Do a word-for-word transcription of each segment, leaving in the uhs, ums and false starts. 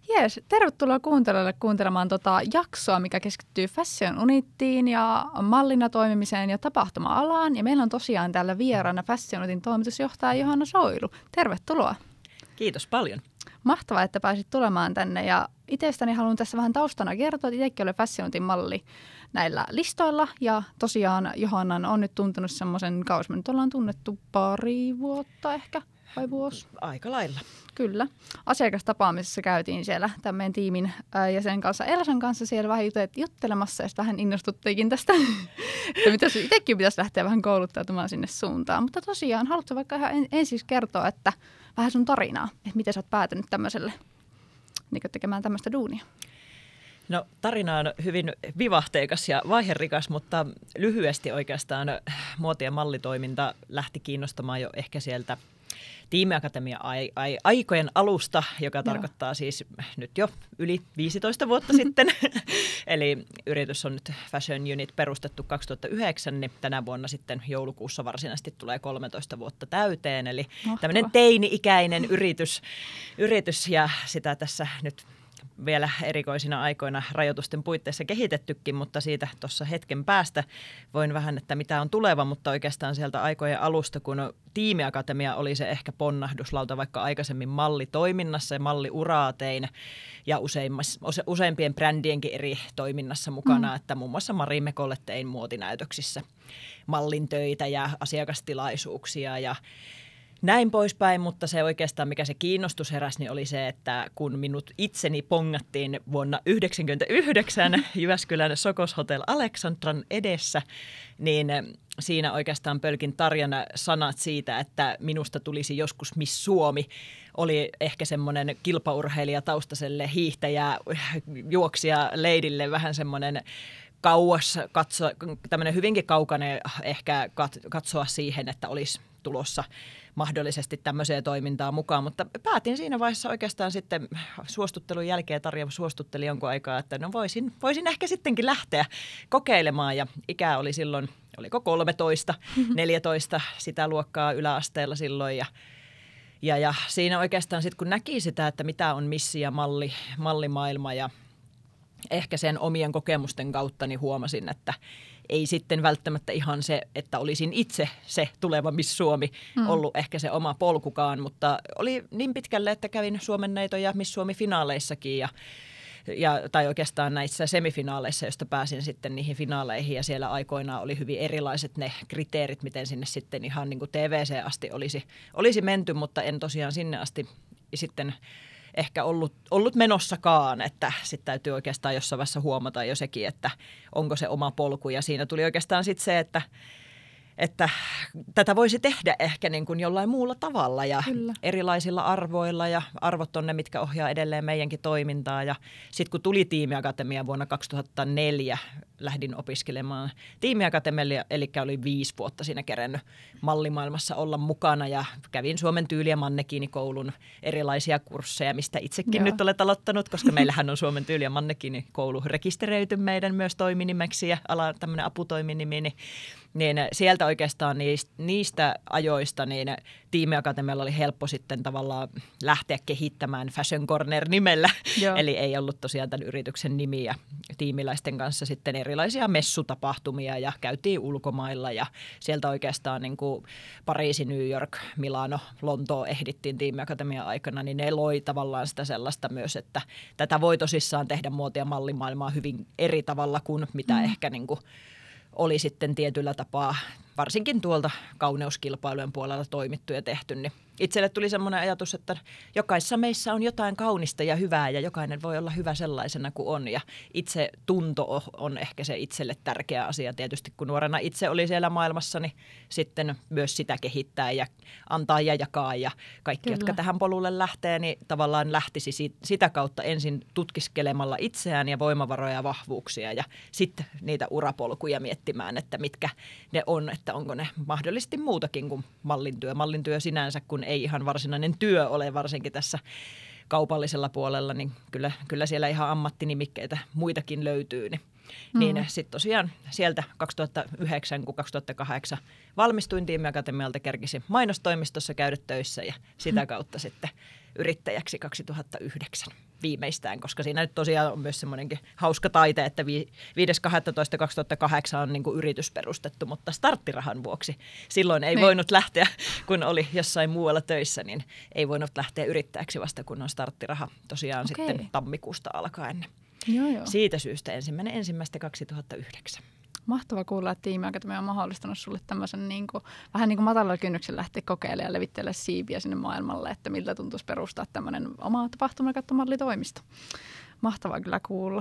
Jees, tervetuloa kuuntelijoille kuuntelemaan tota jaksoa, mikä keskittyy Fashion Unitiin ja mallina toimimiseen ja tapahtuma-alaan. Ja meillä on tosiaan täällä vieraana Fashion Unitin toimitusjohtaja Johanna Soilu. Tervetuloa. Kiitos paljon. Mahtavaa, että pääsit tulemaan tänne. Ja itsestäni haluan tässä vähän taustana kertoa, että itsekin olen Fashion Unitin malli näillä listoilla. Ja tosiaan Johannan on nyt tuntenut semmoisen kausi. Me nyt ollaan tunnettu pari vuotta ehkä, vai vuosi? Aika lailla. Kyllä. Asiakastapaamisessa käytiin siellä tämän meidän tiimin jäsenen kanssa, Elsan kanssa siellä vähän juttelemassa ja sitten vähän innostuttiinkin tästä, että mitä itsekin pitäisi lähteä vähän kouluttautumaan sinne suuntaan. Mutta tosiaan, haluatko vaikka ihan ensin kertoa, että vähän sun tarinaa, että miten sä oot päätynyt tämmöiselle, niin tekemään tämmöistä duunia? No, tarina on hyvin vivahteikas ja vaiherikas, mutta lyhyesti oikeastaan muoti- ja mallitoiminta lähti kiinnostamaan jo ehkä sieltä Tiimiakatemia ai, ai, aikojen alusta, joka Joo. tarkoittaa siis nyt jo yli viisitoista vuotta sitten. Eli yritys on nyt Fashion Unit perustettu kaksituhattayhdeksän, niin tänä vuonna sitten joulukuussa varsinaisesti tulee kolmetoista vuotta täyteen. Eli Mahtava. Tämmöinen teini-ikäinen yritys, yritys ja sitä tässä nyt vielä erikoisina aikoina rajoitusten puitteissa kehitettykin, mutta siitä tuossa hetken päästä voin vähän, että mitä on tuleva, mutta oikeastaan sieltä aikojen alusta, kun Tiimiakatemia oli se ehkä ponnahduslauta, vaikka aikaisemmin mallitoiminnassa ja malliuraa tein ja useimpien brändienkin eri toiminnassa mukana, mm. että muun muassa Mari Mekolle tein muotinäytöksissä mallin töitä ja asiakastilaisuuksia ja näin poispäin, mutta se oikeastaan, mikä se kiinnostus heräsi, niin oli se, että kun minut itseni pongattiin vuonna yhdeksänkymmentäyhdeksän Jyväskylän Sokos Hotel Alexandran edessä, niin siinä oikeastaan pölkin Tarjana sanat siitä, että minusta tulisi joskus Miss Suomi. Oli ehkä semmoinen kilpaurheilija taustaiselle hiihtäjä, juoksija leidille vähän semmoinen kauas katsoa, tämmöinen hyvinkin kaukainen ehkä katsoa siihen, että olisi tulossa mahdollisesti tämmöiseen toimintaan mukaan, mutta päätin siinä vaiheessa oikeastaan sitten suostuttelun jälkeen, Tarja suostutteli jonkun aikaa, että no voisin, voisin ehkä sittenkin lähteä kokeilemaan ja ikä oli silloin, oliko kolmetoista, neljätoista sitä luokkaa yläasteella silloin ja Ja, ja siinä oikeastaan sitten kun näki sitä, että mitä on missi ja malli, mallimaailma ja ehkä sen omien kokemusten kautta niin huomasin, että ei sitten välttämättä ihan se, että olisin itse se tuleva Miss Suomi mm. ollut ehkä se oma polkukaan, mutta oli niin pitkälle, että kävin Suomen neito- ja Miss Suomi-finaaleissakin ja, ja, tai oikeastaan näissä semifinaaleissa, joista pääsin sitten niihin finaaleihin ja siellä aikoinaan oli hyvin erilaiset ne kriteerit, miten sinne sitten ihan niin kuin T V C asti olisi, olisi menty, mutta en tosiaan sinne asti sitten ehkä ollut, ollut menossakaan, että sitten täytyy oikeastaan jossain vaiheessa huomata jo sekin, että onko se oma polku. Ja siinä tuli oikeastaan sitten se, että, että tätä voisi tehdä ehkä niin kuin jollain muulla tavalla ja Kyllä. erilaisilla arvoilla ja arvot on ne, mitkä ohjaa edelleen meidänkin toimintaa. Ja sitten kun tuli Tiimiakatemia vuonna kaksituhattaneljä, lähdin opiskelemaan Tiimiakatemialle, eli oli viisi vuotta siinä kerennyt mallimaailmassa olla mukana ja kävin Suomen tyyli- ja mannekiinikoulun erilaisia kursseja, mistä itsekin Joo. nyt olet aloittanut, koska meillähän on Suomen tyyli- ja mannekiinikoulu rekisteröity meidän myös toiminimeksi ja ala tämmöinen aputoiminimi, niin, niin sieltä oikeastaan niistä, niistä ajoista niin Tiimiakatemialla oli helppo sitten tavallaan lähteä kehittämään Fashion Corner-nimellä, Joo. eli ei ollut tosiaan tämän yrityksen nimi ja tiimiläisten kanssa sitten erilaisia messutapahtumia ja käytiin ulkomailla ja sieltä oikeastaan niin kuin Pariisi, New York, Milano, Lontoo ehdittiin Tiimiakatemian aikana, niin ne loi tavallaan sitä sellaista myös, että tätä voi tosissaan tehdä muotia mallimaailmaa hyvin eri tavalla kuin mitä mm. ehkä niin kuin oli sitten tietyllä tapaa, varsinkin tuolta kauneuskilpailujen puolella toimittu ja tehty, niin itselle tuli semmoinen ajatus, että jokaisessa meissä on jotain kaunista ja hyvää ja jokainen voi olla hyvä sellaisena kuin on. Ja itse tunto on ehkä se itselle tärkeä asia. Tietysti kun nuorena itse oli siellä maailmassa, niin sitten myös sitä kehittää ja antaa ja jakaa. Ja kaikki, Kyllä. jotka tähän polulle lähtee, niin tavallaan lähtisi sitä kautta ensin tutkiskelemalla itseään ja voimavaroja ja vahvuuksia ja sitten niitä urapolkuja miettimään, että mitkä ne on, että onko ne mahdollisesti muutakin kuin mallintyö. Mallintyö sinänsä, kun ei ihan varsinainen työ ole varsinkin tässä kaupallisella puolella, niin kyllä, kyllä siellä ihan ammattinimikkeitä muitakin löytyy. Niin Mm. Niin sitten tosiaan sieltä kaksituhattayhdeksän kuin kaksituhattakahdeksan valmistuin Tiimiakatemialta, kerkisin mainostoimistossa käydä töissä ja sitä kautta sitten yrittäjäksi kaksituhattayhdeksän viimeistään, koska siinä nyt tosiaan on myös semmoinenkin hauska taite, että viides kahdestoista kaksituhattakahdeksan on niin kuin yritys perustettu, mutta starttirahan vuoksi silloin ei niin. voinut lähteä, kun oli jossain muualla töissä, niin ei voinut lähteä yrittäjäksi vasta, kun on starttiraha tosiaan okay. sitten tammikuusta alkaen. Joo, joo. Siitä syystä ensimmäinen ensimmäistä kaksituhattayhdeksän. Mahtava kuulla, että Tiimiakatemia on mahdollistanut sulle tämmöisen niin kuin, vähän niin kuin matalalla kynnyksellä lähteä kokeilemaan ja levittele siipiä sinne maailmalle, että miltä tuntuisi perustaa tämmöinen oma tapahtumakattomallitoimisto. Mahtavaa kyllä kuulla.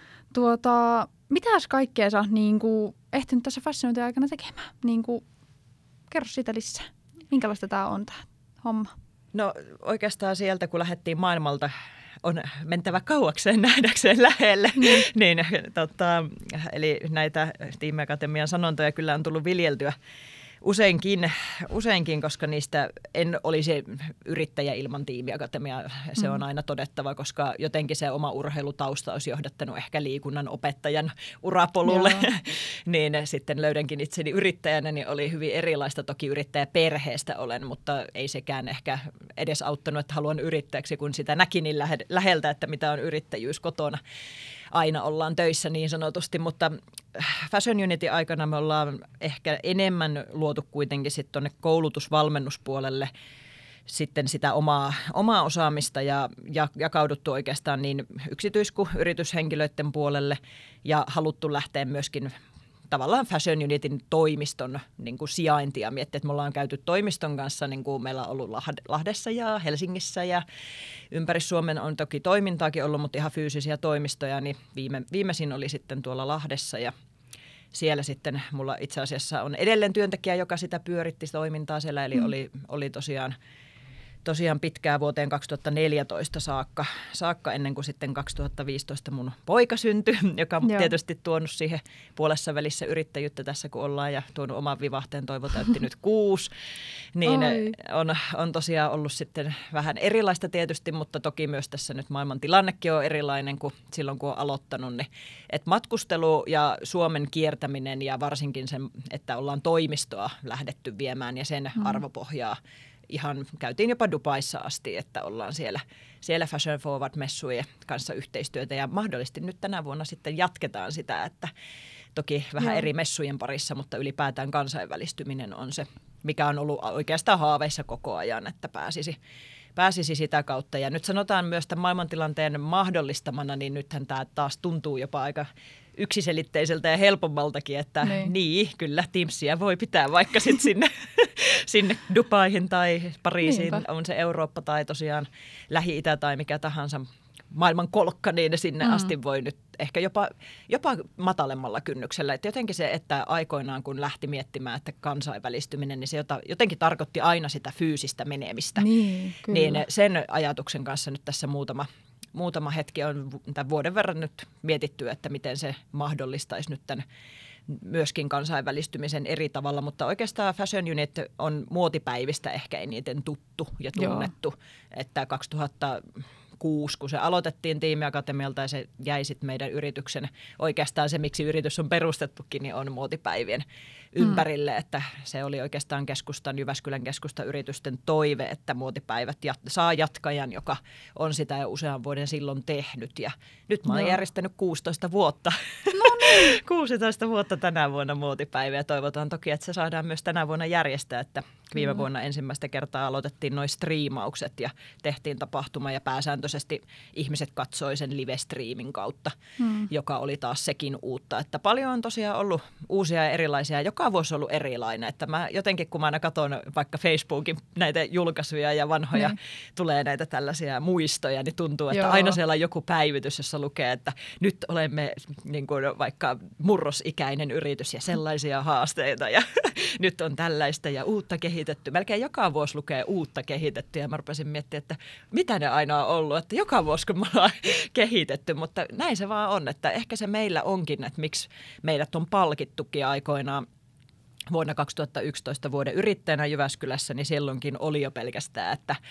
Tuota, mitäs kaikkea sä oot niin kuin ehtinyt tässä fashion aikana tekemään? Niin kuin, kerro siitä lisää. Minkälaista tää on tää homma? No oikeastaan sieltä, kun lähdettiin maailmalta, on mentävä kauakseen nähdäkseen lähelle. Mm. niin, tota, eli näitä Tiimiakatemian sanontoja kyllä on tullut viljeltyä useinkin, useinkin, koska niistä en olisi yrittäjä ilman Tiimiakatemiaa. Se on aina todettava, koska jotenkin se oma urheilutausta olisi johdattanut ehkä liikunnan opettajan urapolulle. niin sitten löydänkin itseni yrittäjänä, niin oli hyvin erilaista. Toki yrittäjäperheestä olen, mutta ei sekään ehkä edes auttanut, että haluan yrittäjäksi, kun sitä näki niin läheltä, että mitä on yrittäjyys kotona. Aina ollaan töissä niin sanotusti, mutta Fashion Unityn aikana me ollaan ehkä enemmän luotu kuitenkin sitten tuonne koulutusvalmennuspuolelle sitten sitä omaa, omaa osaamista ja, ja jakauduttu oikeastaan niin yksityis- kuin yrityshenkilöiden puolelle ja haluttu lähteä myöskin tavallaan Fashion Unitin toimiston niin kuin sijaintia. Miettiä, että me ollaan käyty toimiston kanssa, niin kuin meillä on ollut Lahdessa ja Helsingissä ja ympäri Suomen on toki toimintaakin ollut, mutta ihan fyysisiä toimistoja, niin viime, viimeisin oli sitten tuolla Lahdessa ja siellä sitten mulla itse asiassa on edelleen työntekijä, joka sitä pyöritti toimintaa siellä, eli mm. oli, oli tosiaan Tosiaan pitkään vuoteen kaksituhattaneljätoista saakka, saakka ennen kuin sitten kaksituhattaviisitoista mun poika syntyi, joka on tietysti tuonut siihen puolessa välissä yrittäjyyttä tässä kun ollaan ja tuonut oman vivahteen, Toivo täytti nyt kuusi. Niin on, on tosiaan ollut sitten vähän erilaista tietysti, mutta toki myös tässä nyt maailman tilannekin on erilainen kuin silloin kun on aloittanut. Niin, että matkustelu ja Suomen kiertäminen ja varsinkin sen, että ollaan toimistoa lähdetty viemään ja sen mm. arvopohjaa. Ihan käytiin jopa Dubaissa asti, että ollaan siellä, siellä Fashion Forward-messujen kanssa yhteistyötä ja mahdollisesti nyt tänä vuonna sitten jatketaan sitä, että toki vähän Joo. eri messujen parissa, mutta ylipäätään kansainvälistyminen on se, mikä on ollut oikeastaan haaveissa koko ajan, että pääsisi, pääsisi sitä kautta. Ja nyt sanotaan myös tämän maailmantilanteen mahdollistamana, niin nythän tämä taas tuntuu jopa aika yksiselitteiseltä ja helpommaltakin, että niin, niin kyllä Teamsia voi pitää vaikka sitten sinne, sinne Dubaihin tai Pariisiin, Niinpä. On se Eurooppa tai tosiaan Lähi-Itä tai mikä tahansa maailman kolkka, niin sinne mm. asti voi nyt ehkä jopa, jopa matalemmalla kynnyksellä. Et jotenkin se, että aikoinaan kun lähti miettimään, että kansainvälistyminen, niin se jotenkin tarkoitti aina sitä fyysistä menemistä. Niin, niin sen ajatuksen kanssa nyt tässä muutama Muutama hetki on tämän vuoden verran nyt mietitty, että miten se mahdollistaisi nyt tämän myöskin kansainvälistymisen eri tavalla, mutta oikeastaan Fashion Unit on muotipäivistä ehkä eniten tuttu ja tunnettu, Joo. että kaksituhattakuusi, kun se aloitettiin Tiimiakatemialta ja se jäi sitten meidän yrityksen, oikeastaan se, miksi yritys on perustettukin, niin on muotipäivien ympärille, mm. että se oli oikeastaan keskustan, Jyväskylän keskustan yritysten toive, että muotipäivät jat- saa jatkajan, joka on sitä jo usean vuoden silloin tehnyt. Ja nyt mä olen järjestänyt kuusitoista vuotta. No niin. kuusitoista vuotta tänä vuonna muotipäivä ja toivotaan toki, että se saadaan myös tänä vuonna järjestää, että viime vuonna ensimmäistä kertaa aloitettiin noi striimaukset ja tehtiin tapahtuma ja pääsääntöisesti ihmiset katsoi sen live-striimin kautta, hmm. joka oli taas sekin uutta. Että paljon on tosiaan ollut uusia ja erilaisia, joka vuosi on ollut erilainen. Että mä jotenkin kun mä aina katson vaikka Facebookin näitä julkaisuja ja vanhoja hmm. tulee näitä tällaisia muistoja, niin tuntuu, että Joo. aina siellä on joku päivitys, jossa lukee, että nyt olemme niin kuin vaikka murrosikäinen yritys ja sellaisia haasteita ja nyt on tällaista ja uutta kehitetty. Melkein joka vuosi lukee uutta kehitetty ja mä rupesin miettimään, että mitä ne aina on ollut, että joka vuosi kun me ollaan kehitetty, mutta näin se vaan on, että ehkä se meillä onkin, että miksi meidät on palkittukin aikoinaan vuonna kaksituhattayksitoista vuoden yrittäjänä Jyväskylässä, niin silloinkin oli jo pelkästään, että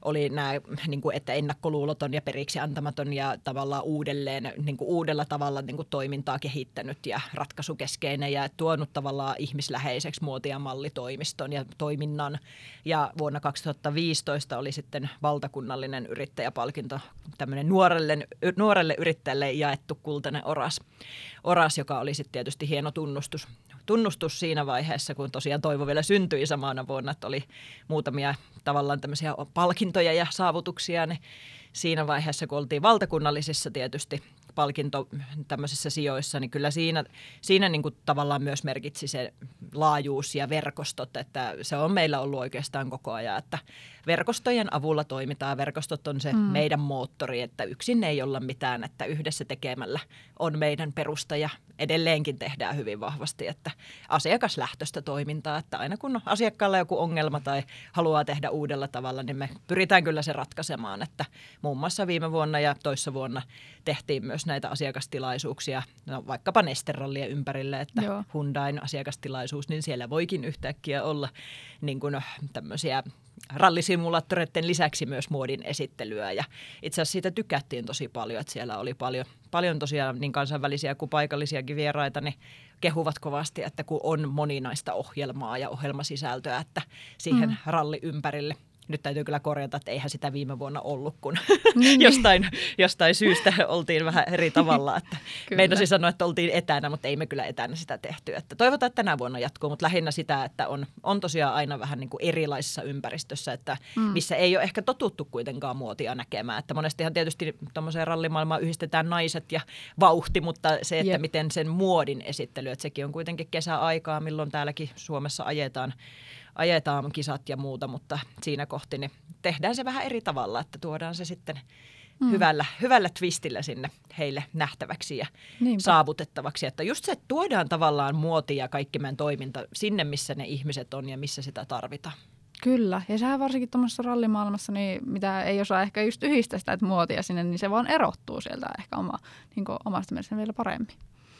oli nämä, niin kuin, että ennakkoluuloton ja periksi antamaton ja tavallaan uudelleen, niin kuin uudella tavalla niin kuin toimintaa kehittänyt ja ratkaisukeskeinen ja tuonut tavallaan ihmisläheiseksi muoti- ja mallitoimiston ja toiminnan. Ja vuonna kaksituhattaviisitoista oli sitten valtakunnallinen yrittäjäpalkinto tämmöinen nuorelle, nuorelle yrittäjälle jaettu kultainen oras, oras joka oli sitten tietysti hieno tunnustus. Tunnustus siinä vaiheessa, kun tosiaan Toivo vielä syntyi samana vuonna, että oli muutamia tavallaan tämmöisiä palkintoja ja saavutuksia, niin siinä vaiheessa, kun oltiin valtakunnallisissa tietysti palkinto tämmöisissä sijoissa, niin kyllä siinä, siinä niin kuin tavallaan myös merkitsi se laajuus ja verkostot, että se on meillä ollut oikeastaan koko ajan, että verkostojen avulla toimitaan. Verkostot on se mm. meidän moottori, että yksin ei olla mitään, että yhdessä tekemällä on meidän perusta ja edelleenkin tehdään hyvin vahvasti, että asiakaslähtöistä toimintaa, että aina kun on asiakkaalla joku ongelma tai haluaa tehdä uudella tavalla, niin me pyritään kyllä se ratkaisemaan, että muun muassa viime vuonna ja toissa vuonna tehtiin myös näitä asiakastilaisuuksia, no vaikkapa Nesterallien ympärille, että Joo. Hyundain asiakastilaisuus, niin siellä voikin yhtäkkiä olla niin kuin tämmöisiä rallisimulaattoreiden lisäksi myös muodin esittelyä ja itse asiassa siitä tykättiin tosi paljon, että siellä oli paljon, paljon tosiaan niin kansainvälisiä kuin paikallisiakin vieraita, niin kehuvat kovasti, että kun on moninaista ohjelmaa ja ohjelmasisältöä, että siihen mm. ralli ympärille. Nyt täytyy kyllä korjata, että eihän sitä viime vuonna ollut, kun niin. jostain, jostain syystä oltiin vähän eri tavalla. Että meinasin sanoa, että oltiin etänä, mutta ei me kyllä etänä sitä tehty. Että toivotaan, että tänä vuonna jatkuu, mutta lähinnä sitä, että on, on tosiaan aina vähän niin kuin erilaisissa ympäristössä, että mm. missä ei ole ehkä totuttu kuitenkaan muotia näkemään. Että monestihan tietysti tuommoiseen rallimaailmaan yhdistetään naiset ja vauhti, mutta se, että Jep. miten sen muodin esittely, että sekin on kuitenkin kesäaikaa, milloin täälläkin Suomessa ajetaan. ajetaan kisat ja muuta, mutta siinä kohti niin tehdään se vähän eri tavalla, että tuodaan se sitten mm. hyvällä, hyvällä twistillä sinne heille nähtäväksi ja Niinpä. saavutettavaksi. Että just se, että tuodaan tavallaan muoti ja kaikki meidän toiminta sinne, missä ne ihmiset on ja missä sitä tarvitaan. Kyllä, ja sehän varsinkin tuommoisessa rallimaailmassa, niin mitä ei osaa ehkä just yhdistää sitä että muotia sinne, niin se vaan erottuu sieltä ehkä oma, niin omasta mielestäni vielä paremmin.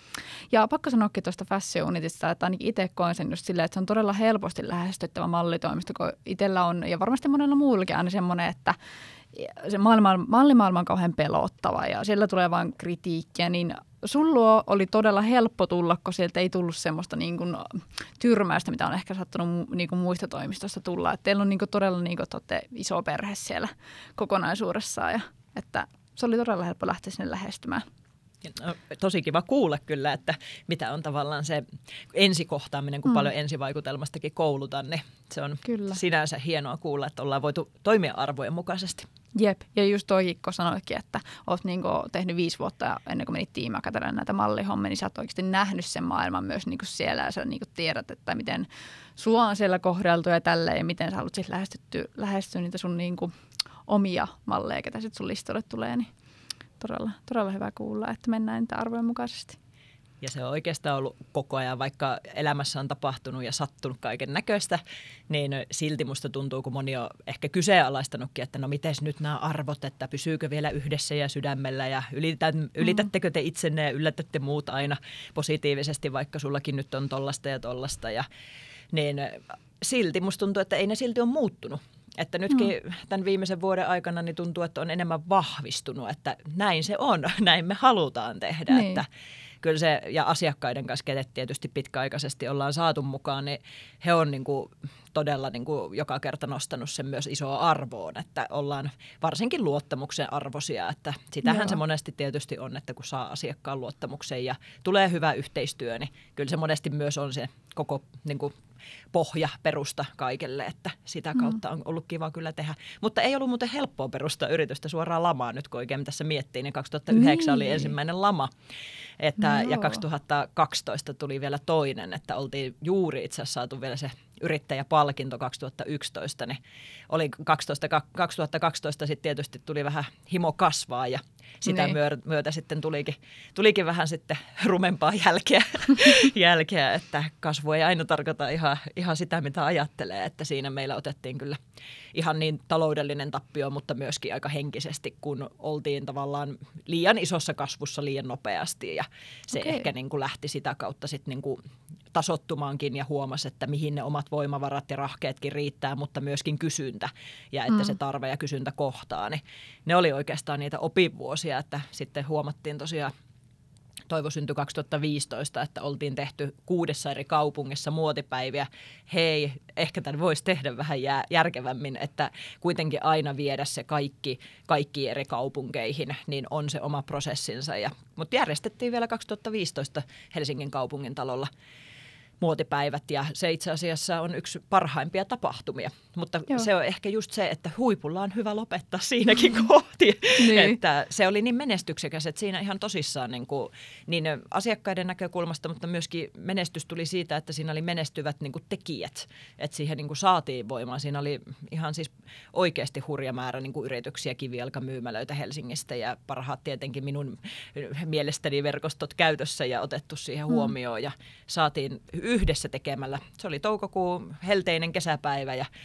Ja pakko sanoakin tuosta Fashion Unitista, että ainakin itse koen sen just silleen, että se on todella helposti lähestyttävä mallitoimisto, kun itsellä on, ja varmasti monella muullakin aina semmoinen, että se maailma, mallimaailma on kauhean pelottava ja siellä tulee vain kritiikkiä, niin sun luo oli todella helppo tulla, kun sieltä ei tullut semmoista niin kuin tyrmäystä, mitä on ehkä sattunut niin kuin muista toimistosta tulla. Että teillä on niin kuin todella niin kuin, iso perhe siellä kokonaisuudessaan ja että se oli todella helppo lähteä sinne lähestymään. No, tosi kiva kuulla kyllä, että mitä on tavallaan se ensikohtaaminen, kun mm. paljon ensivaikutelmastakin koulutan, niin se on kyllä. sinänsä hienoa kuulla, että ollaan voitu toimia arvojen mukaisesti. Jep, ja just toi Kikko sanoikin, että olet niinku tehnyt viisi vuotta ennen kuin menit tiimiä katselemaan näitä mallihommia, niin sä oot oikeasti nähnyt sen maailman myös niinku siellä ja sä niinku tiedät, että miten sua on siellä kohdeltu ja tälleen ja miten sä haluat siis lähestyä, lähestyä niitä sun niinku omia malleja, ketä sitten sun listolle tulee, niin Todella, todella hyvä kuulla, että mennään niitä arvojen mukaisesti. Ja se on oikeastaan ollut koko ajan, vaikka elämässä on tapahtunut ja sattunut kaiken näköistä, niin silti musta tuntuu, kun moni on ehkä kyseenalaistanutkin, että no miten nyt nämä arvot, että pysyykö vielä yhdessä ja sydämellä ja ylität, ylitättekö te itsenne ja yllätätte muut aina positiivisesti, vaikka sullakin nyt on tollasta ja tollasta. Ja, niin silti musta tuntuu, että ei ne silti ole muuttunut. Että nytkin mm. tämän viimeisen vuoden aikana niin tuntuu, että on enemmän vahvistunut, että näin se on, näin me halutaan tehdä. Niin. Että kyllä se, ja asiakkaiden kanssa, kenet tietysti pitkäaikaisesti ollaan saatu mukaan, niin he on niin kuin todella niin kuin joka kerta nostanut sen myös isoa arvoon, että ollaan varsinkin luottamuksen arvoisia, että sitähän Joo. se monesti tietysti on, että kun saa asiakkaan luottamuksen ja tulee hyvä yhteistyö, niin kyllä se monesti myös on se koko niin kuin pohja, perusta kaikelle, että sitä kautta on ollut kiva kyllä tehdä. Mutta ei ollut muuten helppoa perustaa yritystä suoraan lamaan nyt, kun oikein tässä miettii, niin kaksituhattayhdeksän niin. oli ensimmäinen lama. Että, no ja kaksituhattakaksitoista tuli vielä toinen, että oltiin juuri itse asiassa saatu vielä se yrittäjäpalkinto kaksituhattayksitoista, niin oli kaksituhattakaksitoista sitten tietysti tuli vähän himo kasvaa ja sitä niin. myötä sitten tulikin, tulikin vähän sitten rumempaa jälkeä, jälkeä, että kasvu ei aina tarkoita ihan, ihan sitä, mitä ajattelee, että siinä meillä otettiin kyllä ihan niin taloudellinen tappio, mutta myöskin aika henkisesti, kun oltiin tavallaan liian isossa kasvussa liian nopeasti ja se okay. ehkä niin kuin lähti sitä kautta sitten niin kuin tasottumaankin ja huomasi, että mihin ne omat voimavarat ja rahkeetkin riittää, mutta myöskin kysyntä ja että mm. se tarve ja kysyntä kohtaa. Niin ne oli oikeastaan niitä opinvuosia, että sitten huomattiin tosiaan, Toivo syntyi kaksituhattaviisitoista, että oltiin tehty kuudessa eri kaupungissa muotipäiviä. Hei, ehkä tämän voisi tehdä vähän järkevämmin, että kuitenkin aina viedä se kaikki, kaikki eri kaupunkeihin, niin on se oma prosessinsa. Ja, mutta järjestettiin vielä kaksituhattaviisitoista Helsingin kaupungin talolla muotipäivät ja se itse asiassa on yksi parhaimpia tapahtumia. Mutta Joo. se on ehkä just se, että huipulla on hyvä lopettaa siinäkin kohti. niin. Että se oli niin menestyksekäs, että siinä ihan tosissaan niin, kuin, niin asiakkaiden näkökulmasta, mutta myöskin menestys tuli siitä, että siinä oli menestyvät niin kuin tekijät. Että siihen niin kuin saatiin voimaa. Siinä oli ihan siis oikeasti hurja määrä niin kuin yrityksiä, kivijalkamyymälöitä Helsingistä ja parhaat tietenkin minun mielestäni verkostot käytössä ja otettu siihen huomioon mm. ja saatiin yhdessä tekemällä. Se oli toukokuun helteinen kesäpäivä ja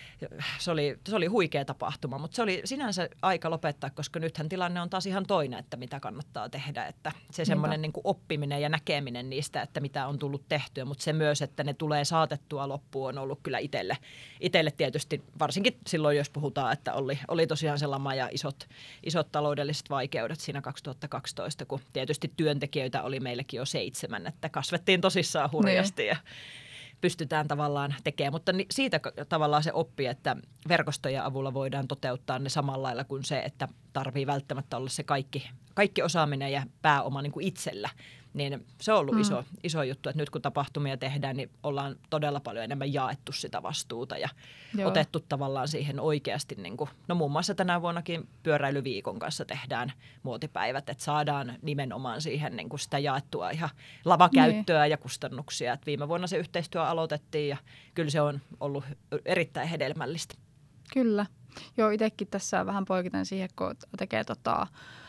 se oli, se oli huikea tapahtuma, mutta se oli sinänsä aika lopettaa, koska nythän tilanne on taas ihan toinen, että mitä kannattaa tehdä. Että se semmoinen niin kuin oppiminen ja näkeminen niistä, että mitä on tullut tehtyä, mutta se myös, että ne tulee saatettua loppuun, on ollut kyllä itselle, itselle tietysti, varsinkin silloin, jos puhutaan, että oli, oli tosiaan se lama ja isot, isot taloudelliset vaikeudet siinä kaksituhattakaksitoista, kun tietysti työntekijöitä oli meilläkin jo seitsemän, että kasvettiin tosissaan hurjasti ja pystytään tavallaan tekemään, mutta siitä tavallaan se oppi, että verkostojen avulla voidaan toteuttaa ne samalla lailla kuin se, että tarvii välttämättä olla se kaikki, kaikki osaaminen ja pääoma niin kuin itsellä. Niin se on ollut mm. iso, iso juttu, että nyt kun tapahtumia tehdään, niin ollaan todella paljon enemmän jaettu sitä vastuuta ja Joo. otettu tavallaan siihen oikeasti. Niin kuin, no muun muassa tänä vuonnakin pyöräilyviikon kanssa tehdään muotipäivät, että saadaan nimenomaan siihen niin kuin sitä jaettua ihan lavakäyttöä niin. ja kustannuksia. Et viime vuonna se yhteistyö aloitettiin ja kyllä se on ollut erittäin hedelmällistä. Kyllä. Joo, itsekin tässä vähän poikiten siihen, kun tekee tota...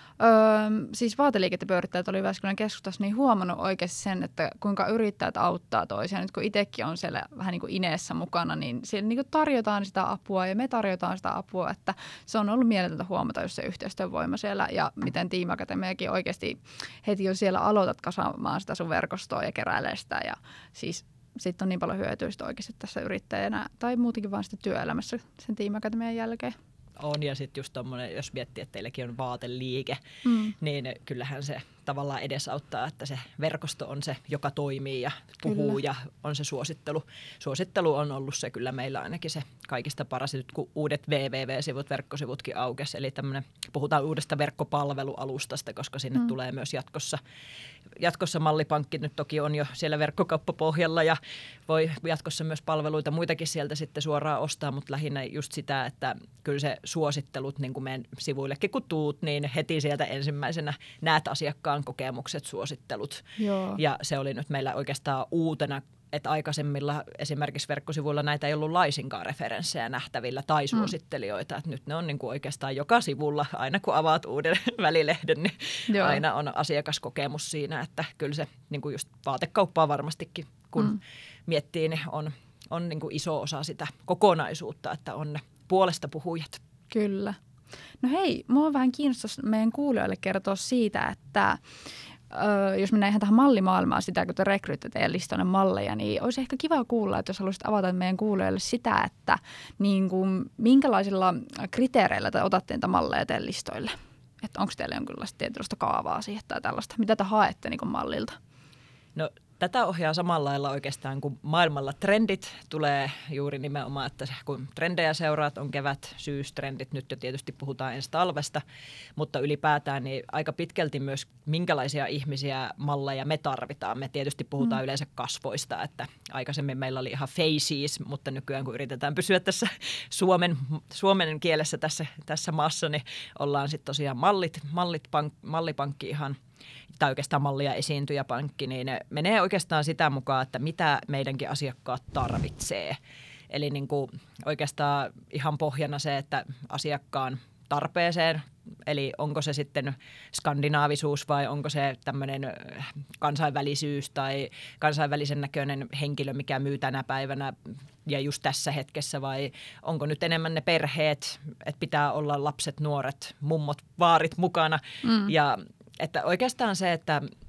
Öö, siis vaateliiketepyörittäjät oli Jyväskylän keskustassa niin huomannut oikeasti sen, että kuinka yrittäjät auttaa toisiaan. Nyt kun itsekin on siellä vähän niin kuin Ineessä mukana, niin siellä niin kuin tarjotaan sitä apua ja me tarjotaan sitä apua, että se on ollut mieletöntä huomata just se yhteistyön voima siellä ja miten Team Akatemiakin oikeasti heti jo siellä aloitat kasaamaan sitä sun verkostoa ja keräilee sitä ja siis sitten on niin paljon hyötyä oikeasti tässä yrittäjänä tai muutenkin vaan sitten työelämässä sen Team Akatemian jälkeen. On ja sitten just tommoinen, jos miettii, että teilläkin on vaateliike, mm. niin kyllähän se tavallaan edesauttaa, että se verkosto on se, joka toimii ja puhuu kyllä. ja on se suosittelu. Suosittelu on ollut se kyllä meillä ainakin se kaikista paras, nyt kun uudet www-sivut, verkkosivutkin aukesi, eli tämmöinen, puhutaan uudesta verkkopalvelualustasta, koska sinne mm. tulee myös jatkossa, jatkossa mallipankki nyt toki on jo siellä verkkokauppapohjalla ja voi jatkossa myös palveluita muitakin sieltä sitten suoraan ostaa, mutta lähinnä just sitä, että kyllä se suosittelut, niin kuin meidän sivuillekin kun tuut, niin heti sieltä ensimmäisenä näet asiakkaan kokemukset, suosittelut. Joo. Ja se oli nyt meillä oikeastaan uutena, että aikaisemmilla esimerkiksi verkkosivuilla näitä ei ollut laisinkaan referenssejä nähtävillä tai suosittelijoita. Mm. Että nyt ne on niin kuin oikeastaan joka sivulla, aina kun avaat uuden välilehden, niin Joo. aina on asiakaskokemus siinä, että kyllä se niin kuin just vaatekauppaa varmastikin, kun mm. miettii, niin on, on niin kuin iso osa sitä kokonaisuutta, että on ne puolesta puhujat. Kyllä. No hei, mua vähän kiinnostaisi meidän kuulijoille kertoa siitä, että ö, jos mennään ihan tähän mallimaailmaan sitä, kun te rekryytte teidän listoille malleja, niin olisi ehkä kiva kuulla, että jos haluaisit avata meidän kuulijoille sitä, että niin kuin, minkälaisilla kriteereillä te otatte niitä malleja teidän listoille? Että onko teillä jonkinlaista tietynlaista kaavaa siihen tai tällaista? Mitä te haette niin kuin mallilta? No tätä ohjaa samalla lailla oikeastaan, kun maailmalla trendit tulee juuri nimenomaan, että kun trendejä seuraat, on kevät, syystrendit, nyt jo tietysti puhutaan ensi talvesta, mutta ylipäätään niin aika pitkälti myös minkälaisia ihmisiä, malleja me tarvitaan. Me tietysti puhutaan mm. yleensä kasvoista, että aikaisemmin meillä oli ihan faces, mutta nykyään kun yritetään pysyä tässä suomen, suomen kielessä tässä, tässä maassa, niin ollaan sitten tosiaan mallit, mallit pank, mallipankki ihan tai oikeastaan mallia esiintyjäpankki, niin ne menee oikeastaan sitä mukaan, että mitä meidänkin asiakkaat tarvitsee. Eli niin kuin oikeastaan ihan pohjana se, että asiakkaan tarpeeseen, eli onko se sitten skandinaavisuus vai onko se tämmöinen kansainvälisyys tai kansainvälisen näköinen henkilö, mikä myy tänä päivänä ja just tässä hetkessä vai onko nyt enemmän ne perheet, että pitää olla lapset, nuoret, mummot, vaarit mukana mm. ja että oikeastaan se, että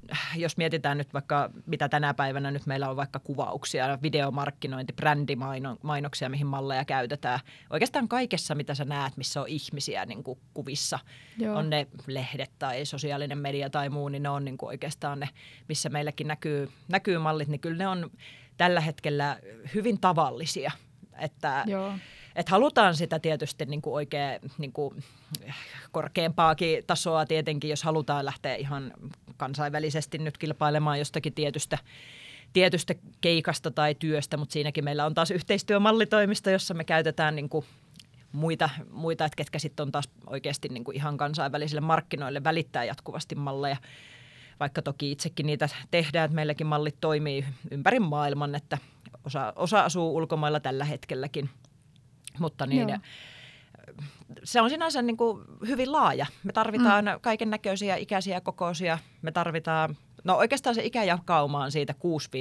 jos mietitään nyt vaikka, mitä tänä päivänä nyt meillä on vaikka kuvauksia, videomarkkinointi, brändimainoksia, mihin malleja käytetään. Oikeastaan kaikessa, mitä sä näet, missä on ihmisiä niin kuin kuvissa, Joo. on ne lehdet tai sosiaalinen media tai muu, niin ne on niin kuin oikeastaan ne, missä meilläkin näkyy, näkyy mallit, niin kyllä ne on tällä hetkellä hyvin tavallisia. Että, että halutaan sitä tietysti niin kuin oikein niin kuin korkeampaakin tasoa tietenkin, jos halutaan lähteä ihan kansainvälisesti nyt kilpailemaan jostakin tietystä, tietystä keikasta tai työstä, mutta siinäkin meillä on taas yhteistyömallitoimisto, jossa me käytetään niin kuin muita, muita, että ketkä sitten on taas oikeasti niin kuin ihan kansainvälisille markkinoille välittää jatkuvasti malleja. Vaikka toki itsekin niitä tehdään, että meilläkin mallit toimii ympäri maailman, että osa, osa asuu ulkomailla tällä hetkelläkin, mutta niin, se on sinänsä niin kuin hyvin laaja. Me tarvitaan mm. kaiken näköisiä ikäisiä kokoisia. Me tarvitaan, no oikeastaan se ikäjakauma on siitä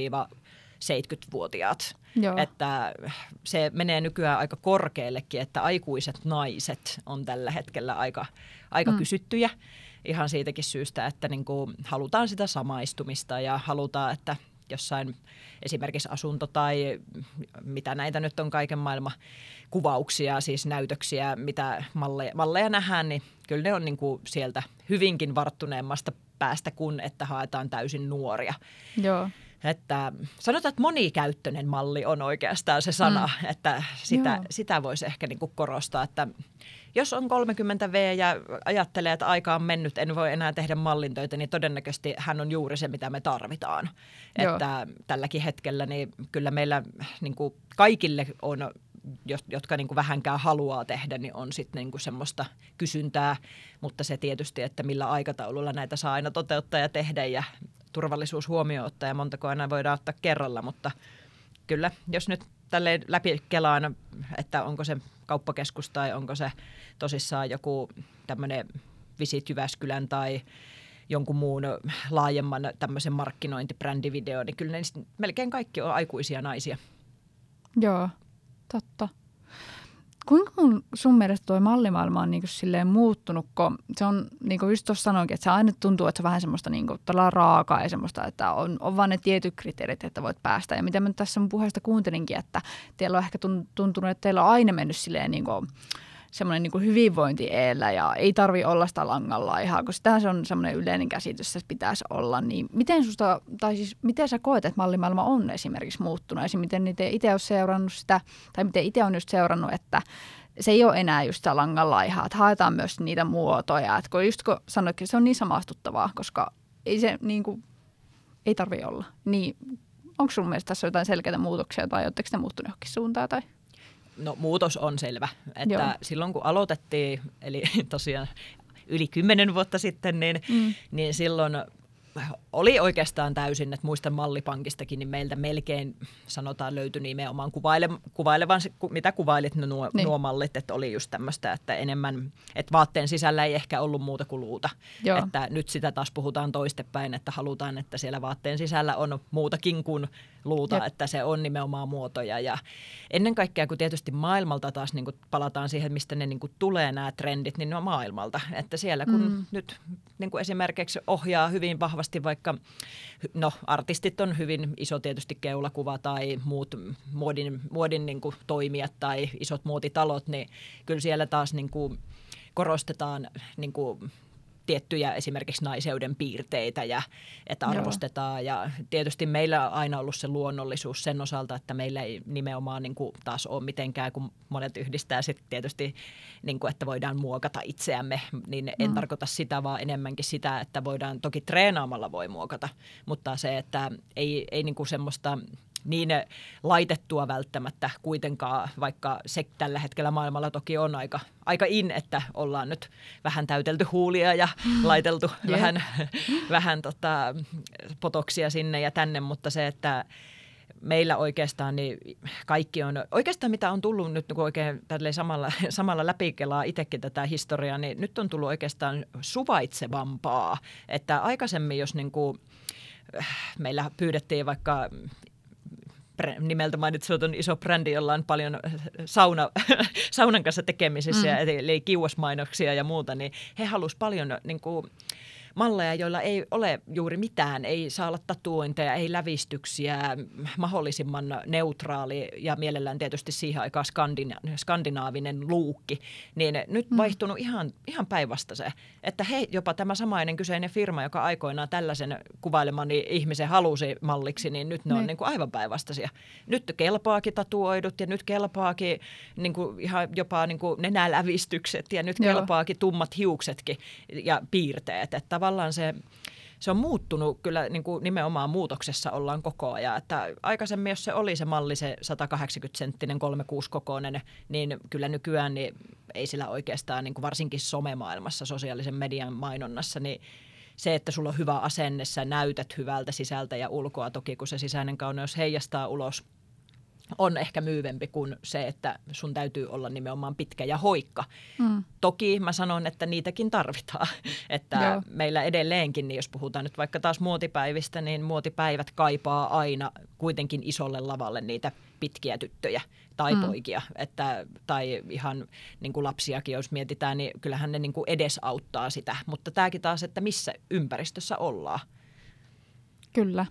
kuusi-seitsemänkymmentävuotiaat. Joo. Että se menee nykyään aika korkeallekin, että aikuiset naiset on tällä hetkellä aika, aika mm. kysyttyjä. Ihan siitäkin syystä, että niin kuin halutaan sitä samaistumista ja halutaan, että jossain esimerkiksi asunto tai mitä näitä nyt on kaiken maailman kuvauksia, siis näytöksiä, mitä malleja, malleja nähdään, niin kyllä ne on niin kuin sieltä hyvinkin varttuneemmasta päästä kuin että haetaan täysin nuoria. Joo. Että sanotaan, että monikäyttöinen malli on oikeastaan se sana, mm. että sitä, sitä voisi ehkä niin kuin korostaa, että jos on kolmekymmentä vuotias ja ajattelee, että aika on mennyt, en voi enää tehdä mallintöitä, niin todennäköisesti hän on juuri se, mitä me tarvitaan. Joo. Että tälläkin hetkellä niin kyllä meillä niin kuin kaikille on, jotka niin kuin vähänkään haluaa tehdä, niin on sitten niin kuin semmoista kysyntää, mutta se tietysti, että millä aikataululla näitä saa aina toteuttaa ja tehdä ja turvallisuus huomioon ottaa ja montako aina voidaan ottaa kerralla, mutta kyllä jos nyt tälleen läpi kelaan, että onko se kauppakeskus tai onko se tosissaan joku tämmöinen Visit Jyväskylän tai jonkun muun laajemman tämmöisen markkinointibrändivideo, niin kyllä ne melkein kaikki on aikuisia naisia. Joo, totta. Kuinka sun mielestä tuo mallimaailma on niinku silleen muuttunut, kun se on, niin kuin just tuossa sanoinkin, että se aina tuntuu, että se on vähän semmoista niinku raakaa ja semmoista, että on, on vaan ne tietyt kriteerit, että voit päästä. Ja mitä mä tässä mun puheesta kuuntelinkin, että teillä on ehkä tuntunut, että teillä on aina mennyt silleen niinku semmoinen niinku hyvinvointi eellä ja ei tarvi olla sitä langalla ihan, kun sitähän se on semmoinen yleinen käsitys, että pitäisi olla. Niin miten susta, tai siis miten sä koet, että mallimaailma on esimerkiksi muuttunut? Esimerkiksi miten itse, itse on seurannut sitä, tai miten itse on just seurannut, että se ei ole enää just sitä langalla ihan, että haetaan myös niitä muotoja. Että kun just kun sanoitkin, se on niin samastuttavaa, koska ei se niinku, ei tarvi olla. Niin onko sun mielestä tässä jotain selkeitä muutoksia tai oletteko te muuttunut johonkin suuntaan tai? No muutos on selvä, että Joo. silloin kun aloitettiin, eli tosiaan yli kymmenen vuotta sitten, niin, mm. niin silloin oli oikeastaan täysin, että muistan Mallipankistakin, niin meiltä melkein sanotaan löytyi nimenomaan kuvaile, kuvailevan, mitä kuvailit nuo, niin. nuo mallit, että oli just tämmöistä, että enemmän, että vaatteen sisällä ei ehkä ollut muuta kuin luuta. Joo. Että nyt sitä taas puhutaan toistepäin, että halutaan, että siellä vaatteen sisällä on muutakin kuin luuta, Jep. että se on nimenomaan muotoja. Ja ennen kaikkea, kun tietysti maailmalta taas niin kuin palataan siihen, mistä ne niin kuin tulee nämä trendit, niin ne on maailmalta. Että siellä kun mm. nyt niin kuin esimerkiksi ohjaa hyvin vahvasti vaikka, no artistit on hyvin iso tietysti keulakuva tai muut muodin, muodin niin kuin toimijat tai isot muotitalot, niin kyllä siellä taas niin kuin korostetaan niin kuin tiettyjä esimerkiksi naiseuden piirteitä ja että arvostetaan. Joo. Ja tietysti meillä on aina ollut se luonnollisuus sen osalta, että meillä ei nimenomaan niin kuin taas ole mitenkään, kun monet yhdistää sitten tietysti, niin kuin, että voidaan muokata itseämme, niin en mm. tarkoita sitä, vaan enemmänkin sitä, että voidaan toki treenaamalla voi muokata, mutta se, että ei, ei niin kuin semmoista niin laitettua välttämättä kuitenkaan, vaikka se tällä hetkellä maailmalla toki on aika, aika in, että ollaan nyt vähän täytelty huulia ja laiteltu yeah. vähän, vähän tota, potoksia sinne ja tänne, mutta se, että meillä oikeastaan niin kaikki on, oikeastaan mitä on tullut nyt kun oikein samalla, samalla läpikelaa itsekin tätä historiaa, niin nyt on tullut oikeastaan suvaitsevampaa, että aikaisemmin jos niin kuin, meillä pyydettiin vaikka nimeltä mainitsematon iso brändi, jolla on paljon sauna, saunan kanssa tekemisissä, mm. eli kiuasmainoksia ja muuta, niin he halusivat paljon niin kuin malleja, joilla ei ole juuri mitään, ei saa olla tatuointeja, ei lävistyksiä, mahdollisimman neutraali ja mielellään tietysti siihen aikaan skandina- skandinaavinen luukki, niin nyt mm. vaihtunut ihan, ihan päinvasta se, että he, jopa tämä samainen kyseinen firma, joka aikoinaan tällaisen kuvailemani ihmisen halusi malliksi, niin nyt ne on niin kuin aivan päinvastaisia. Nyt kelpaakin tatuoidut ja nyt kelpaakin niin kuin ihan jopa niin kuin nenälävistykset ja nyt Joo. kelpaakin tummat hiuksetkin ja piirteet. Että tavallaan se, se on muuttunut kyllä niin kuin nimenomaan muutoksessa ollaan koko ajan. Että aikaisemmin, jos se oli se malli, se sata kahdeksankymmentä senttinen kolmekymmentäkuusi-kokoinen, niin kyllä nykyään niin ei sillä oikeastaan niin kuin varsinkin somemaailmassa, sosiaalisen median mainonnassa, niin se, että sulla on hyvä asenne, sä näytät hyvältä sisältä ja ulkoa, toki kun se sisäinen kauneus heijastaa ulos, on ehkä myyvempi kuin se, että sun täytyy olla nimenomaan pitkä ja hoikka. Mm. Toki mä sanon, että niitäkin tarvitaan. Että Joo. meillä edelleenkin, niin jos puhutaan nyt vaikka taas muotipäivistä, niin muotipäivät kaipaa aina kuitenkin isolle lavalle niitä pitkiä tyttöjä tai mm. poikia. Että, tai ihan niin kuin lapsiakin, jos mietitään, niin kyllähän ne niin kuin edesauttaa sitä. Mutta tämäkin taas, että missä ympäristössä ollaan. Kyllä,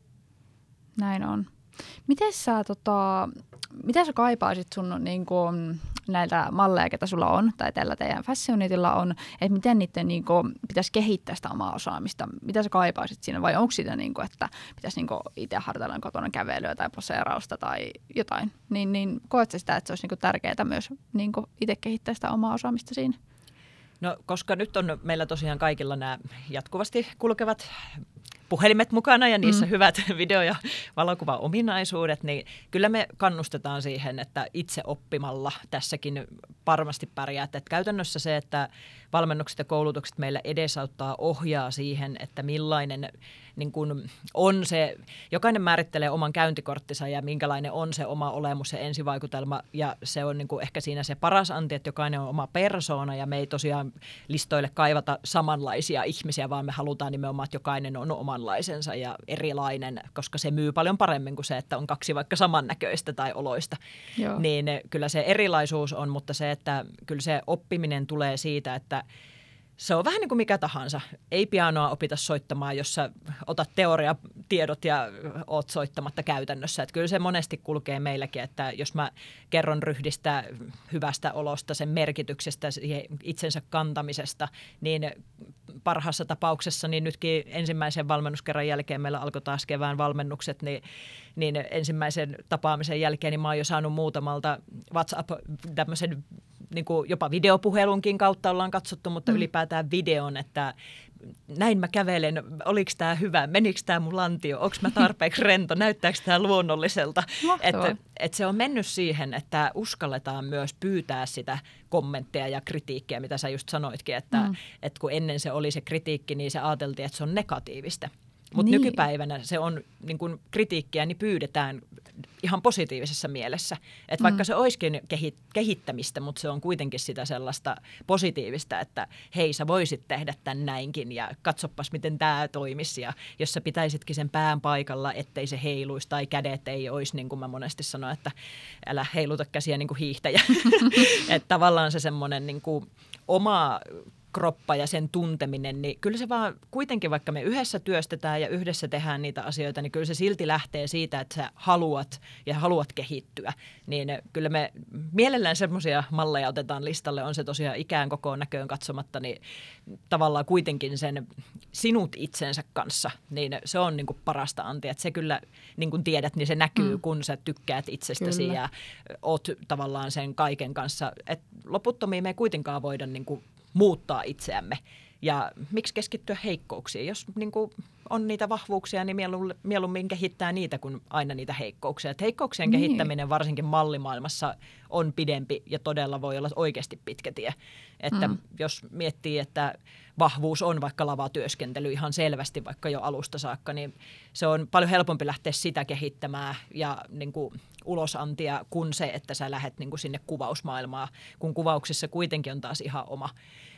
näin on. Miten sä, tota, mitä sä kaipaisit sun niin kuin, näiltä malleja, ketä sulla on, tai tällä teidän Fashionitilla on, että miten niiden niin kuin, pitäisi kehittää sitä omaa osaamista? Mitä sä kaipaisit siinä, vai onko sitä, niin kuin, että pitäisi niin kuin, itse harjoitella kotona kävelyä tai poseerausta tai jotain? Niin, niin koet sä sitä, että se olisi niin kuin, tärkeää myös niin kuin, itse kehittää sitä omaa osaamista siinä? No, koska nyt on meillä tosiaan kaikilla nämä jatkuvasti kulkevat puhelimet mukana ja niissä mm. hyvät video- ja valokuva-ominaisuudet, niin kyllä me kannustetaan siihen, että itse oppimalla tässäkin varmasti pärjäät. Että käytännössä se, että valmennukset ja koulutukset meillä edesauttaa, ohjaa siihen, että millainen niin kun on se, jokainen määrittelee oman käyntikorttinsa ja minkälainen on se oma olemus ja ensivaikutelma, ja se on niin kun ehkä siinä se paras anti, että jokainen on oma persoona, ja me ei tosiaan listoille kaivata samanlaisia ihmisiä, vaan me halutaan nimenomaan, että jokainen on omanlaisensa ja erilainen, koska se myy paljon paremmin kuin se, että on kaksi vaikka samannäköistä tai oloista. Joo. Niin kyllä se erilaisuus on, mutta se, että kyllä se oppiminen tulee siitä, että se on vähän niin kuin mikä tahansa. Ei pianoa opita soittamaan, jos sä otat teoriatiedot ja oot soittamatta käytännössä. Että kyllä se monesti kulkee meilläkin, että jos mä kerron ryhdistä, hyvästä olosta, sen merkityksestä, itsensä kantamisesta, niin parhaassa tapauksessa, niin nytkin ensimmäisen valmennuskerran jälkeen meillä alkoi taas kevään valmennukset, niin, niin ensimmäisen tapaamisen jälkeen niin mä oon jo saanut muutamalta WhatsApp tämmöisen niin kuin jopa videopuhelunkin kautta ollaan katsottu, mutta mm. ylipäätään videon, että näin mä kävelen, oliko tämä hyvä, menikö tämä mun lantio, onko mä tarpeeksi rento, näyttääkö tämä luonnolliselta. Että et se on mennyt siihen, että uskalletaan myös pyytää sitä kommentteja ja kritiikkiä, mitä sä just sanoitkin, että mm. et kun ennen se oli se kritiikki, niin se ajateltiin, että se on negatiivista. Mutta niin. Nykypäivänä se on niin kun kritiikkiä, niin pyydetään ihan positiivisessa mielessä. Että vaikka mm. se olisikin kehittämistä, mutta se on kuitenkin sitä sellaista positiivista, että hei, sä voisit tehdä tämän näinkin ja katsopas, miten tämä toimisi. Ja jos sä pitäisitkin sen pään paikalla, ettei se heiluisi tai kädet ei olisi, niin kuin mä monesti sanon, että älä heiluta käsiä niin kuin hiihtäjä. Että tavallaan se semmoinen niin kuin oma kroppa ja sen tunteminen, niin kyllä se vaan kuitenkin, vaikka me yhdessä työstetään ja yhdessä tehdään niitä asioita, niin kyllä se silti lähtee siitä, että sä haluat ja haluat kehittyä. Niin kyllä me mielellään semmoisia malleja otetaan listalle, on se tosiaan ikään kokoon näköön katsomatta, niin tavallaan kuitenkin sen sinut itsensä kanssa, niin se on niin kuin parasta antia. Että se kyllä, niin kuin tiedät, niin se näkyy, mm. kun sä tykkäät itsestäsi kyllä. ja oot tavallaan sen kaiken kanssa. Et loputtomiin me ei kuitenkaan voida niin kuin muuttaa itseämme. Ja miksi keskittyä heikkouksiin? Jos niin kuin on niitä vahvuuksia, niin mieluummin kehittää niitä kuin aina niitä heikkouksia. Et heikkouksien niin. kehittäminen varsinkin mallimaailmassa on pidempi ja todella voi olla oikeasti pitkä tie. Että mm. jos miettii, että vahvuus on vaikka lavatyöskentely ihan selvästi vaikka jo alusta saakka, niin se on paljon helpompi lähteä sitä kehittämään ja niin kuin ulosantia kuin se, että sä lähdet niin kuin sinne kuvausmaailmaan, kun kuvauksissa kuitenkin on taas ihan oma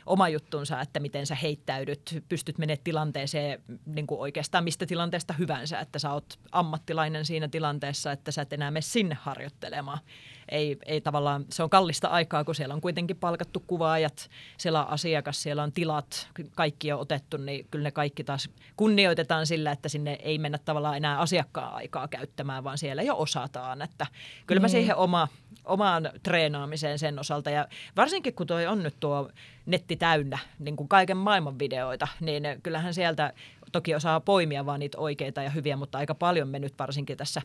oma juttunsa, että miten sä heittäydyt, pystyt menemään tilanteeseen niin kuin oikeastaan mistä tilanteesta hyvänsä, että sä oot ammattilainen siinä tilanteessa, että sä et enää mene sinne harjoittelemaan. Ei, ei tavallaan, se on kallista aikaa, kun siellä on kuitenkin palkattu kuvaajat, siellä on asiakas, siellä on tilat, kaikki on otettu, niin kyllä ne kaikki taas kunnioitetaan sillä, että sinne ei mennä tavallaan enää asiakkaan aikaa käyttämään, vaan siellä jo osataan, että kyllä mä siihen oma, omaan treenaamiseen sen osalta ja varsinkin kun toi on nyt tuo netti täynnä niin kuin kaiken maailman videoita, niin kyllähän sieltä toki osaa poimia vaan niitä oikeita ja hyviä, mutta aika paljon me nyt varsinkin tässä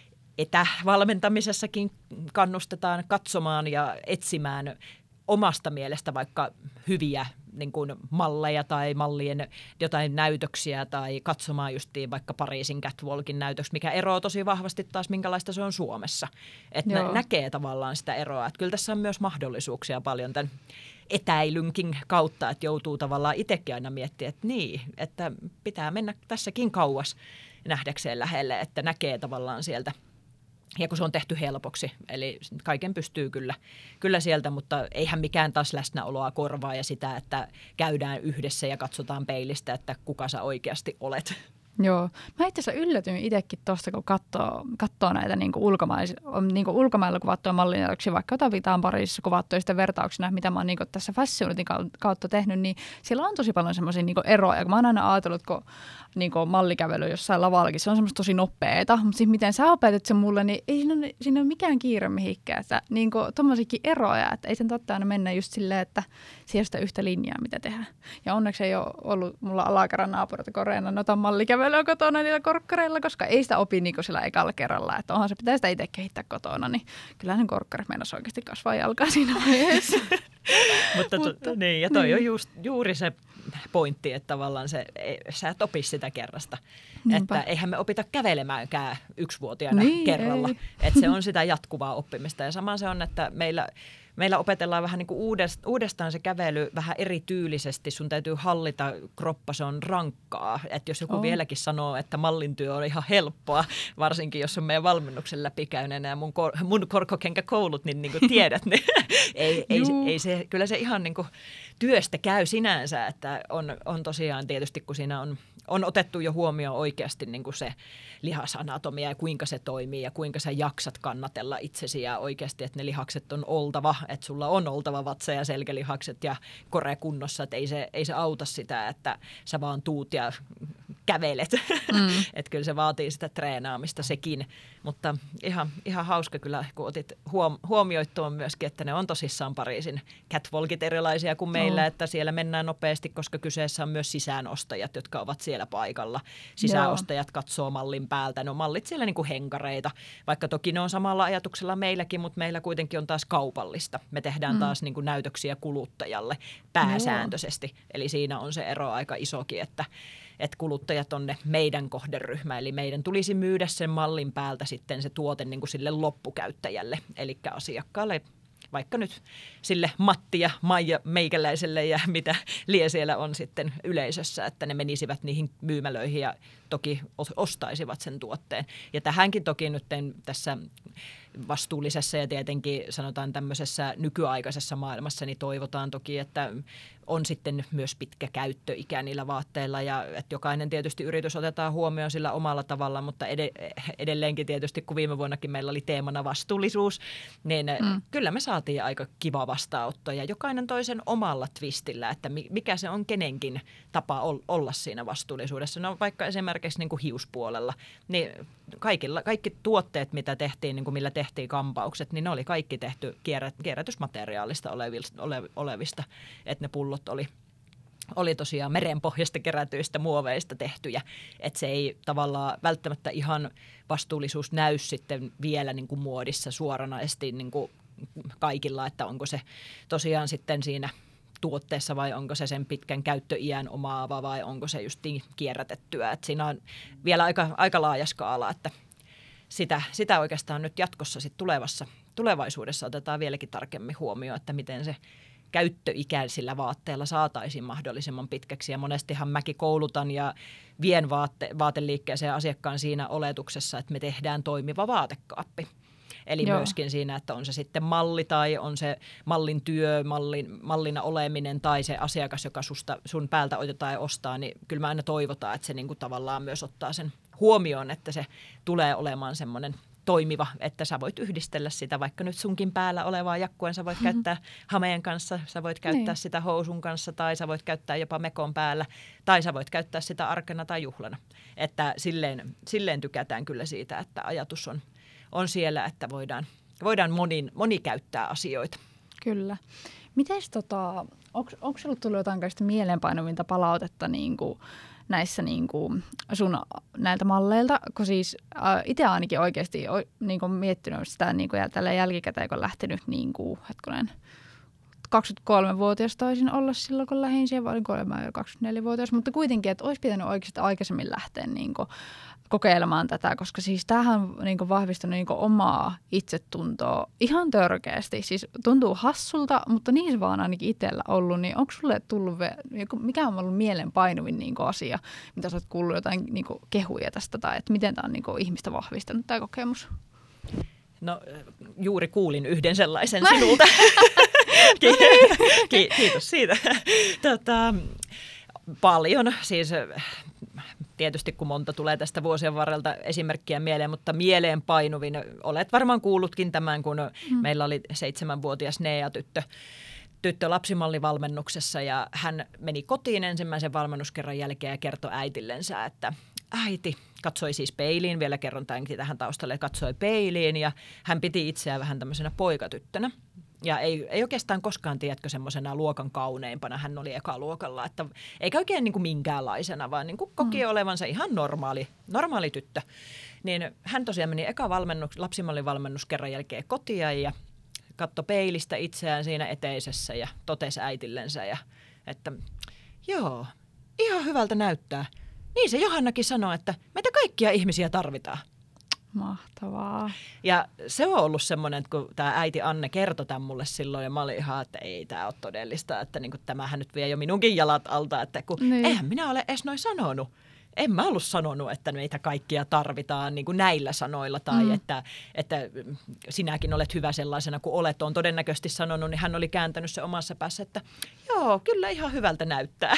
etävalmentamisessakin kannustetaan katsomaan ja etsimään omasta mielestä vaikka hyviä niin kuin malleja tai mallien jotain näytöksiä tai katsomaan justiin vaikka Pariisin catwalkin näytöksi, mikä eroaa tosi vahvasti taas minkälaista se on Suomessa. Että nä- näkee tavallaan sitä eroa. Että kyllä tässä on myös mahdollisuuksia paljon tämän etäilynkin kautta, että joutuu tavallaan itsekin aina miettimään, että niin, että pitää mennä tässäkin kauas nähdäkseen lähelle, että näkee tavallaan sieltä. Ja kun se on tehty helpoksi, eli kaiken pystyy kyllä, kyllä sieltä, mutta eihän mikään taas läsnäoloa korvaa ja sitä, että käydään yhdessä ja katsotaan peilistä, että kuka sä oikeasti olet. Joo. Mä itse asiassa yllätyin itsekin tuosta, kun katsoo, katsoo näitä niinku ulkomais, niinku ulkomailla kuvattuja mallinäytöksiä, vaikka otavitaan Pariisissa kuvattuja sitten vertauksena, mitä mä oon niinku tässä Fashionetin kautta tehnyt, niin siellä on tosi paljon semmoisia niinku eroja. Kun mä oon aina ajatellut, kun niinku mallikävely jossain lavallakin, se on semmoista tosi nopeeta, mutta siis miten sä opetit sen mulle, niin ei siinä ole, siinä ole mikään kiire mihinkään. Että niinku tommosiakin eroja, että ei sen totta aina mennä just silleen, että siellä sitä yhtä linjaa, mitä tehdään. Ja onneksi ei ole ollut mulla alakerran naapurilta Koreana noita mallikävelyä kotona niillä korkkareilla, koska ei sitä opi niin kuin sillä ekalla kerralla. Että onhan se pitää sitä itse kehittää kotona, niin kyllähän ne korkkarit meinasi oikeasti kasvaa jalkaa siinä vaiheessa. Mutta, Mutta niin, ja toi niin. on just, juuri se pointti, että tavallaan se, sä et opi sitä kerrasta. Niinpä. Että eihän me opita kävelemäänkään yksivuotiaana niin, kerralla. Että se on sitä jatkuvaa oppimista. Ja sama se on, että meillä... Meillä opetellaan vähän niin kuin uudestaan se kävely vähän erityylisesti. Sun täytyy hallita kroppa, se on rankkaa. Että jos joku oh. vieläkin sanoo, että mallintyö on ihan helppoa, varsinkin jos on meidän valmennuksen läpikäyneenä ja mun, kor- mun korkokenkäkoulut, niin, niin kuin tiedät, niin ei, ei, ei se, kyllä se ihan niin kuin työstä käy sinänsä. Että on, on tosiaan tietysti, kun siinä on, on otettu jo huomioon oikeasti niin kuin se lihasanatomia ja kuinka se toimii ja kuinka sä jaksat kannatella itsesi ja oikeasti, että ne lihakset on oltava, että sulla on oltava vatsa- ja selkälihakset ja kore kunnossa, että ei se, ei se auta sitä, että sä vaan tuut ja kävelet. Mm. Että kyllä se vaatii sitä treenaamista sekin, mutta ihan, ihan hauska kyllä, kun otit huom- huomioit tuon myöskin, että ne on tosissaan Pariisin catwalkit erilaisia kuin meillä, oh. että siellä mennään nopeasti, koska kyseessä on myös sisäänostajat, jotka ovat siellä paikalla. Sisäostajat Joo. katsoo mallin päältä, ne on mallit siellä niin kuin henkareita, vaikka toki ne on samalla ajatuksella meilläkin, mutta meillä kuitenkin on taas kaupallista. Me tehdään mm. taas niin kuin näytöksiä kuluttajalle pääsääntöisesti, Joo. eli siinä on se ero aika isokin, että että kuluttajat on ne meidän kohderyhmä, eli meidän tulisi myydä sen mallin päältä sitten se tuote niin kuin sille loppukäyttäjälle, eli asiakkaalle, vaikka nyt sille Matti ja Maija meikäläiselle ja mitä lie siellä on sitten yleisössä, että ne menisivät niihin myymälöihin ja toki ostaisivat sen tuotteen. Ja tähänkin toki nyt tässä vastuullisessa ja tietenkin sanotaan tämmöisessä nykyaikaisessa maailmassa, niin toivotaan toki, että on sitten myös pitkä käyttöikä niillä vaatteilla ja että jokainen tietysti yritys otetaan huomioon sillä omalla tavalla, mutta edelleenkin tietysti, kun viime vuonnakin meillä oli teemana vastuullisuus, niin mm. kyllä me saatiin aika kiva vastaanotto ja jokainen toisen omalla twistillä, että mikä se on kenenkin tapa olla siinä vastuullisuudessa. No vaikka esimerkiksi niin kuin hiuspuolella, niin kaikilla, kaikki tuotteet, mitä tehtiin, niin kuin millä tehtiin kampaukset, niin ne oli kaikki tehty kierrät, kierrätysmateriaalista olevista, olevista, että ne pullot oli, oli tosiaan merenpohjasta kerätyistä muoveista tehtyjä, että se ei tavallaan välttämättä ihan vastuullisuus näy sitten vielä niin kuin muodissa suoranaisesti niin kuin kaikilla, että onko se tosiaan sitten siinä tuotteessa vai onko se sen pitkän käyttöiän omaava vai onko se just kierrätettyä. Et siinä on vielä aika, aika laaja skaala, että sitä, sitä oikeastaan nyt jatkossa sit tulevassa, tulevaisuudessa otetaan vieläkin tarkemmin huomioon, että miten se käyttöikä sillä vaatteella saataisiin mahdollisimman pitkäksi. Ja monestihan mäkin koulutan ja vien vaatte, vaateliikkeeseen asiakkaan siinä oletuksessa, että me tehdään toimiva vaatekaappi. Eli Joo. myöskin siinä, että on se sitten malli tai on se mallin työ, mallin, mallina oleminen tai se asiakas, joka susta, sun päältä otetaan ja ostaa, niin kyllä mä aina toivotaan, että se niin kuin tavallaan myös ottaa sen huomioon, että se tulee olemaan semmoinen toimiva, että sä voit yhdistellä sitä vaikka nyt sunkin päällä olevaa jakkuen, sä voit mm-hmm. käyttää hameen kanssa, sä voit käyttää niin. sitä housun kanssa tai sä voit käyttää jopa mekon päällä tai sä voit käyttää sitä arkena tai juhlana. Että silleen, silleen tykätään kyllä siitä, että ajatus on, on siellä, että voidaan, voidaan monin, moni käyttää asioita. Kyllä. Mites tota, onko sinulle tullut jotain kaikista mieleenpainuvinta palautetta niin kuin näissä niin kuin sun näiltä malleilta, kun siis äh, itse ainakin oikeasti o, niin kuin miettinyt sitä niin kuin tällä jälkikäteen, kun on lähtenyt niin kuin, hetkonen, kaksikymmentäkolmevuotias taisin olla silloin, kun lähdin siihen, vai olinko mä jo kaksikymmentäneljävuotias, mutta kuitenkin, että olisi pitänyt oikeasti aikaisemmin lähteä niin kuin kokeilemaan tätä, koska siis tämähän on niin kuin vahvistanut niin kuin omaa itsetuntoa ihan törkeästi. Siis tuntuu hassulta, mutta niin se vaan ainakin itsellä ollut. Niin onko sulle tullut, mikä on ollut mielenpainuvin niin kuin asia, mitä sä oot kuullut jotain niin kuin kehuja tästä, tai että miten tämä on niin kuin ihmistä vahvistanut tämä kokemus? No juuri kuulin yhden sellaisen sinulta. Kiitos siitä. Tota, paljon, siis tietysti kun monta tulee tästä vuosien varrelta esimerkkiä mieleen, mutta mieleenpainuvin, olet varmaan kuullutkin tämän, kun mm. meillä oli seitsemänvuotias Nea-tyttö tyttö lapsimallivalmennuksessa ja hän meni kotiin ensimmäisen valmennuskerran jälkeen ja kertoi äitillensä, että äiti katsoi siis peiliin, vielä kerron tämänkin tähän taustalle, katsoi peiliin ja hän piti itseään vähän tämmöisenä poikatyttönä. Ja ei, ei oikeastaan koskaan, tiedätkö, semmoisena luokan kauneimpana. Hän oli ekaluokalla, että eikä oikein niin kuin minkäänlaisena, vaan niin kuin koki mm. olevansa ihan normaali, normaali tyttö. Niin hän tosiaan meni eka valmennus, lapsimallin valmennuskerran jälkeen kotiin ja katsoi peilistä itseään siinä eteisessä ja totesi äitillensä, ja, että joo, ihan hyvältä näyttää. Niin se Johannakin sanoi, että meitä kaikkia ihmisiä tarvitaan. Mahtavaa. Ja se on ollut semmoinen, että kun tämä äiti Anne kertoi tämän mulle silloin, ja mä olin ihan, että ei tämä ole todellista, että niin kuin, tämähän nyt vie jo minunkin jalat alta, että kun niin. eihän minä ole edes noin sanonut. En mä ollut sanonut, että meitä kaikkia tarvitaan niin kuin näillä sanoilla tai mm. että, että sinäkin olet hyvä sellaisena kuin olet. On todennäköisesti sanonut, niin hän oli kääntänyt se omassa päässä, että joo, kyllä ihan hyvältä näyttää.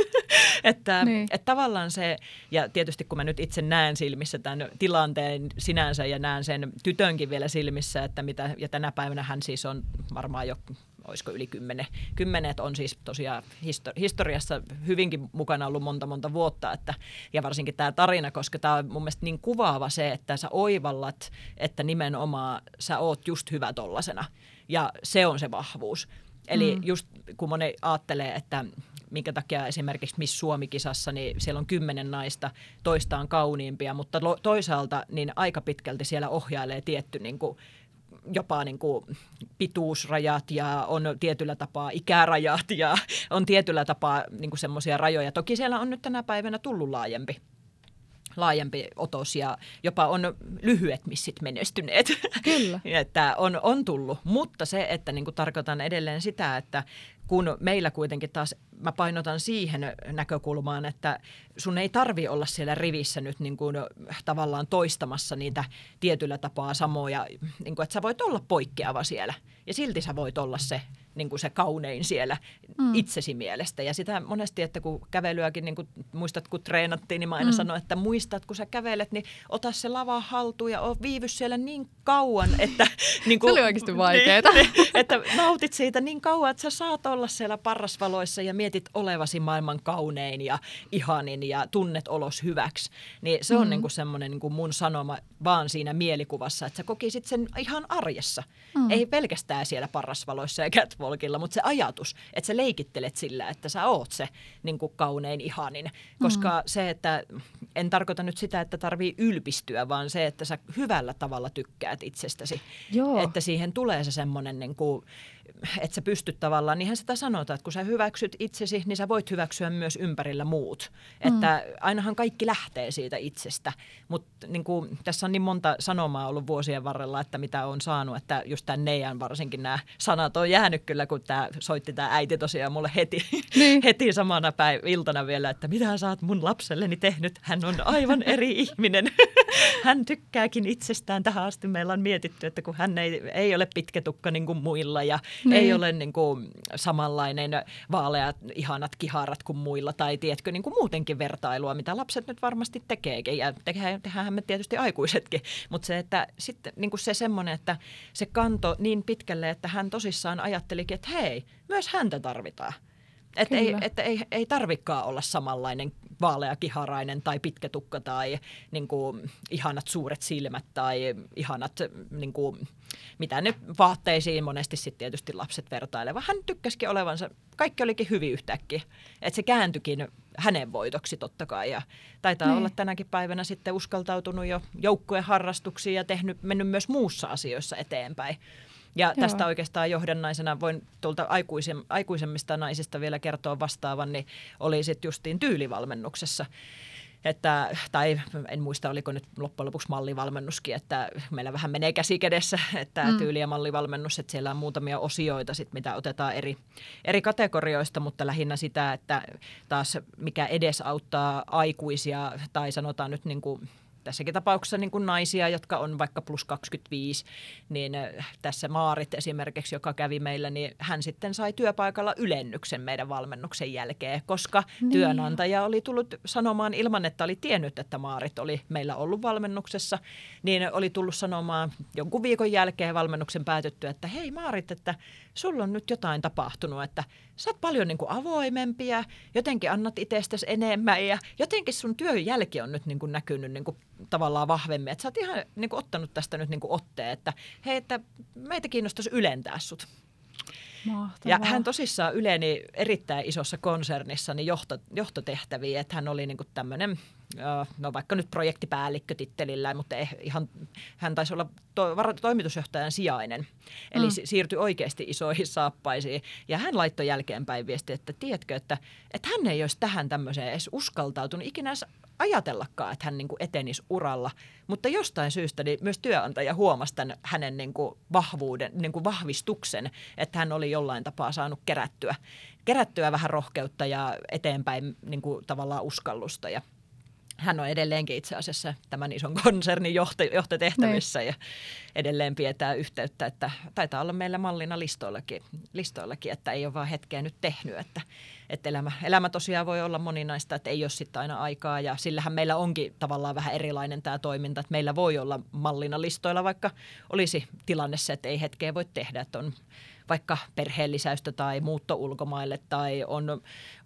että, niin. että tavallaan se, ja tietysti kun mä nyt itse näen silmissä tämän tilanteen sinänsä ja näen sen tytönkin vielä silmissä, että mitä, ja tänä päivänä hän siis on varmaan jo olisiko yli kymmenen. Kymmenet on siis tosiaan histori- historiassa hyvinkin mukana ollut monta monta vuotta, että, ja varsinkin tämä tarina, koska tämä on mun mielestä niin kuvaava se, että sä oivallat, että nimenomaan sä oot just hyvä tollasena, ja se on se vahvuus. Eli mm. just kun moni ajattelee, että minkä takia esimerkiksi Miss Suomi-kisassa, niin siellä on kymmenen naista, toistaan kauniimpia, mutta toisaalta niin aika pitkälti siellä ohjailee tietty niin kuin jopa niin kuin pituusrajat ja on tietyllä tapaa ikärajat ja on tietyllä tapaa niin kuin semmoisia rajoja. Toki siellä on nyt tänä päivänä tullut laajempi, laajempi otos ja jopa on lyhyet missit menestyneet. Kyllä. Että on, on tullut, mutta se, että niin kuin tarkoitan edelleen sitä, että kun meillä kuitenkin taas, mä painotan siihen näkökulmaan, että sun ei tarvi olla siellä rivissä nyt niin kuin tavallaan toistamassa niitä tietyllä tapaa samoja, niin kuin, että sä voit olla poikkeava siellä ja silti sä voit olla se, niin kuin se kaunein siellä mm. itsesi mielestä. Ja sitä monesti, että kun kävelyäkin, niin kuin muistat kun treenattiin, niin mä aina mm. sanoin, että muistat kun sä kävelet, niin ota se lava haltuun ja viivy siellä niin kauan, että niin kuin, se oli oikeasti vaikeaa. Niin, että nautit siitä niin kauan, että sä saat olla siellä parrasvaloissa ja mietit olevasi maailman kaunein ja ihanin ja tunnet olos hyväksi. Niin se on mm. niin kuin semmoinen niin kuin mun sanoma vaan siinä mielikuvassa, että sä kokisit sen ihan arjessa. Mm. Ei pelkästään siellä parrasvaloissa ja catwalkilla, mutta se ajatus, että sä leikittelet sillä, että sä oot se niin kuin kaunein ihanin. Koska mm. se, että en tarkoita nyt sitä, että tarvii ylpistyä, vaan se, että sä hyvällä tavalla tykkäät itsestäsi. Joo. Että siihen tulee se semmoinen niin kuin että sä pystyt tavallaan, niinhän sitä sanotaan, että kun sä hyväksyt itsesi, niin sä voit hyväksyä myös ympärillä muut. Mm. Että ainahan kaikki lähtee siitä itsestä, mutta niin kuin, tässä on niin monta sanomaa ollut vuosien varrella, että mitä on saanut, että just tämän Neijan varsinkin nämä sanat on jäänyt kyllä, kun tämä soitti tämä äiti tosiaan mulle heti, niin. heti samana päivänä iltana vielä, että mitä sä oot mun lapselleni tehnyt, hän on aivan eri ihminen. Hän tykkääkin itsestään tähän asti. Meillä on mietitty, että kun hän ei, ei ole pitkä tukka niin kuin muilla ja niin. ei ole niin kuin samanlainen vaaleat, ihanat kiharat kuin muilla tai tiedätkö niin kuin muutenkin vertailua, mitä lapset nyt varmasti tekeekin ja tehdään, tehdään me tietysti aikuisetkin, mutta se, että sitten niin kuin se semmoinen, että se kanto niin pitkälle, että hän tosissaan ajattelikin, että hei, myös häntä tarvitaan. Että ei, että ei, ei tarvikaan olla samanlainen vaaleakiharainen tai pitkä tukka tai niin kuin, ihanat suuret silmät tai ihanat, niin kuin, mitä ne vaatteisiin monesti sitten tietysti lapset vertailevat. Hän tykkäsikin olevansa, kaikki olikin hyvin yhtäkkiä. Että se kääntyikin hänen voitoksi totta kai ja taitaa niin. olla tänäkin päivänä sitten uskaltautunut jo joukkueen harrastuksiin ja tehnyt, mennyt myös muussa asioissa eteenpäin. Ja Joo. tästä oikeastaan johdannaisena voin tuolta aikuisem, aikuisemmista naisista vielä kertoa vastaavan, niin oli sitten justiin tyylivalmennuksessa. Että, tai en muista, oliko nyt loppujen lopuksi mallivalmennuskin, että meillä vähän menee käsi kädessä, että mm. tyyli- ja mallivalmennus, että siellä on muutamia osioita, sit, mitä otetaan eri, eri kategorioista, mutta lähinnä sitä, että taas mikä edesauttaa aikuisia tai sanotaan nyt niin kuin tässäkin tapauksessa niin kuin naisia, jotka on vaikka plus kaksikymmentäviisi, niin tässä Maarit esimerkiksi, joka kävi meillä, niin hän sitten sai työpaikalla ylennyksen meidän valmennuksen jälkeen, koska niin. työnantaja oli tullut sanomaan ilman, että oli tiennyt, että Maarit oli meillä ollut valmennuksessa, niin oli tullut sanomaan jonkun viikon jälkeen valmennuksen päätyttyä, että hei Maarit, että sulla on nyt jotain tapahtunut, että sä oot paljon niin kuin avoimempi ja jotenkin annat itsestäsi enemmän ja jotenkin sun työn jälki on nyt niin kuin näkynyt niin kuin tavallaan vahvemmin. Että sä oot ihan niin kuin ottanut tästä nyt niin kuin otteen, että hei, että meitä kiinnostaisi ylentää sut. Mahtavaa. Ja hän tosissaan yleni erittäin isossa konsernissa niin johto, johtotehtäviä, että hän oli niin kuin tämmöinen, no vaikka nyt projektipäällikkö tittelillä, mutta ihan, hän taisi olla to, toimitusjohtajan sijainen, eli mm. siirtyi oikeasti isoihin saappaisiin. Ja hän laittoi jälkeenpäin viesti, että tiedätkö, että, että hän ei olisi tähän tämmöiseen edes uskaltautunut ikinä edes ajatellakaan, että hän niin kuin etenisi uralla, mutta jostain syystä niin myös työnantaja huomasi tämän hänen niin kuin vahvuuden, niin kuin vahvistuksen, että hän oli jollain tapaa saanut kerättyä, kerättyä vähän rohkeutta ja eteenpäin niin kuin tavallaan uskallusta. Ja hän on edelleenkin itse asiassa tämän ison konsernin johto, johtotehtävissä ne. Ja edelleen pidetään yhteyttä, että taitaa olla meillä mallina listoillakin, listoillakin että ei ole vaan hetkeä nyt tehnyt, että, että elämä, elämä tosiaan voi olla moninaista, että ei ole sitten aina aikaa ja sillähän meillä onkin tavallaan vähän erilainen tämä toiminta, että meillä voi olla mallina listoilla, vaikka olisi tilanne se, että ei hetkeä voi tehdä, että on vaikka perheenlisäystä tai muutto ulkomaille tai on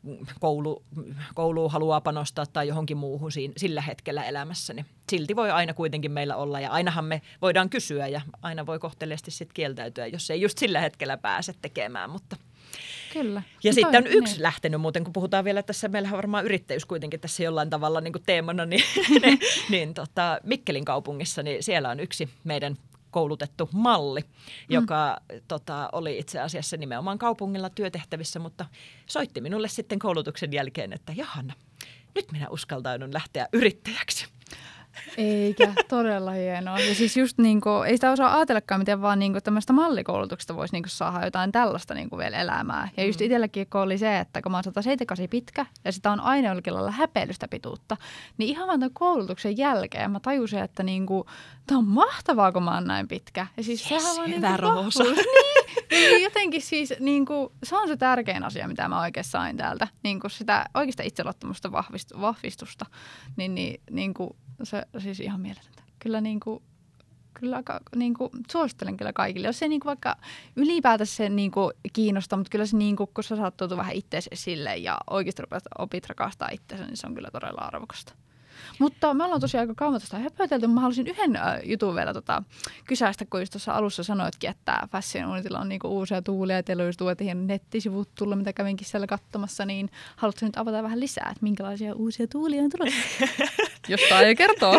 koulu, kouluun haluaa panostaa tai johonkin muuhun siinä, sillä hetkellä elämässä, niin silti voi aina kuitenkin meillä olla ja ainahan me voidaan kysyä ja aina voi kohteliaasti sitten kieltäytyä, jos ei just sillä hetkellä pääse tekemään, mutta Kyllä. Ja no sitten on yksi niin. lähtenyt muuten, kun puhutaan vielä tässä, meillähän on varmaan yrittäjyys kuitenkin tässä jollain tavalla niin kuin teemana, niin, niin, niin tota, Mikkelin kaupungissa, niin siellä on yksi meidän koulutettu malli, joka mm. tota, oli itse asiassa nimenomaan kaupungilla työtehtävissä, mutta soitti minulle sitten koulutuksen jälkeen, että Johanna, nyt minä uskaltaudun lähteä yrittäjäksi. Eikä, todella hienoa. Ja siis just niin kuin, ei sitä osaa ajatellakaan, miten vaan niin kuin tämmöistä mallikoulutuksesta voisi niin kuin saada jotain tällaista niin kuin vielä elämää. Ja just itselläkin kun oli se, että kun mä oon sata seitsemänkymmentäkahdeksan pitkä ja sitä on aina jollakin lailla häpeilystä pituutta, niin ihan vaan tämän koulutuksen jälkeen mä tajusin, että niin kuin, tää on mahtavaa, kun mä oon näin pitkä. Ja siis yes, sehän on hyvä niin Roosa. niin, niin jotenkin siis niin kuin, se on se tärkein asia, mitä mä oikein sain täältä. Niin kuin sitä oikeasta itseluottamusta vahvistusta. Niin, niin, niin kuin, se siis ihan mieletöntä. Kyllä, niin kuin, kyllä niin kuin, suosittelen kyllä kaikille. Jos se niin kuin, vaikka ylipäätänsä se niin kuin, kiinnostaa, mutta kyllä se, niin kuin, kun sä saat tuotu vähän itseäsi esille ja oikeasti rupeat opit rakastaa itseänsä, niin se on kyllä todella arvokasta. Mutta me ollaan tosiaan aika kauan tästä höpötelty. Mä haluaisin yhden äh, jutun vielä tota, kysäistä, kun just tuossa alussa sanoitkin, että Fashion Unitilla on niinku uusia tuulia ja teillä olisi tuotu hieno nettisivut tulla, mitä kävinkin siellä katsomassa, niin haluatko nyt avata vähän lisää, että minkälaisia uusia tuulia on tulossa? Jostain ei kertoa.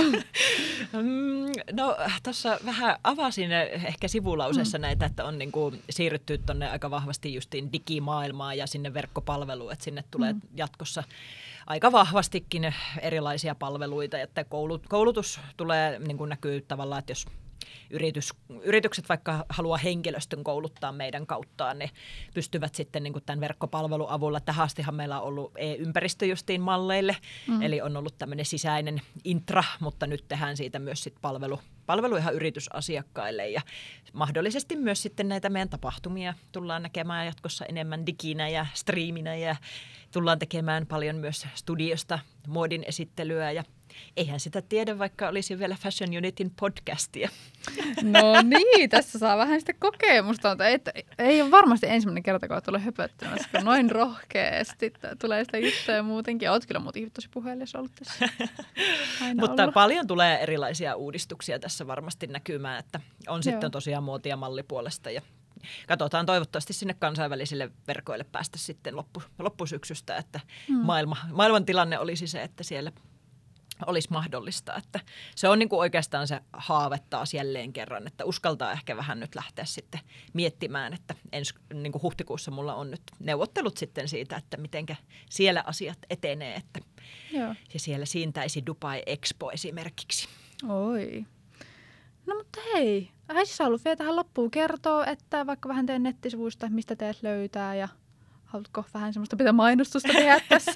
No tuossa vähän avasin ehkä sivulauseessa mm. näitä, että on niinku siirrytty tuonne aika vahvasti justiin digimaailmaan ja sinne verkkopalveluun, että sinne tulee mm. jatkossa aika vahvastikin erilaisia palveluita, että koulut, koulutus tulee, niin kuin näkyy tavallaan, että jos Yritys, yritykset vaikka haluaa henkilöstön kouluttaa meidän kauttaan, ne pystyvät sitten niin kuin tämän verkkopalvelun avulla. Tähän astihan meillä on ollut e-ympäristö justiin malleille, mm. eli on ollut tämmöinen sisäinen intra, mutta nyt tehdään siitä myös sit palvelu, palvelu ihan yritysasiakkaille ja mahdollisesti myös sitten näitä meidän tapahtumia tullaan näkemään jatkossa enemmän diginä ja striiminä ja tullaan tekemään paljon myös studiosta muodin esittelyä ja eihän sitä tiedä, vaikka olisi vielä Fashion Unitin podcastia. No niin, tässä saa vähän sitä kokemusta, mutta ei, ei ole varmasti ensimmäinen kerta, kun tulee höpöttämässä, kun noin rohkeasti tulee sitä juttuja muutenkin. Olet kyllä muutenkin tosi puheellessa ollut tässä. Aina mutta ollut. Paljon tulee erilaisia uudistuksia tässä varmasti näkymään, että on Joo. sitten tosiaan muotia mallipuolesta ja katsotaan toivottavasti sinne kansainvälisille verkoille päästä sitten loppu, loppusyksystä, että mm. maailma, maailman tilanne olisi se, että siellä olisi mahdollista. Että se on niin kuin oikeastaan se haave taas jälleen kerran, että uskaltaa ehkä vähän nyt lähteä sitten miettimään, että ensi, niin kuin huhtikuussa mulla on nyt neuvottelut sitten siitä, että mitenkä siellä asiat etenee. Että Joo. Ja siellä siintäisi Dubai Expo esimerkiksi. Oi. No mutta hei, olisin halunnut vielä tähän loppuun kertoa, että vaikka vähän teidän nettisivuista, mistä teet löytää ja haluatko vähän semmoista pitää mainostusta tehdä tässä?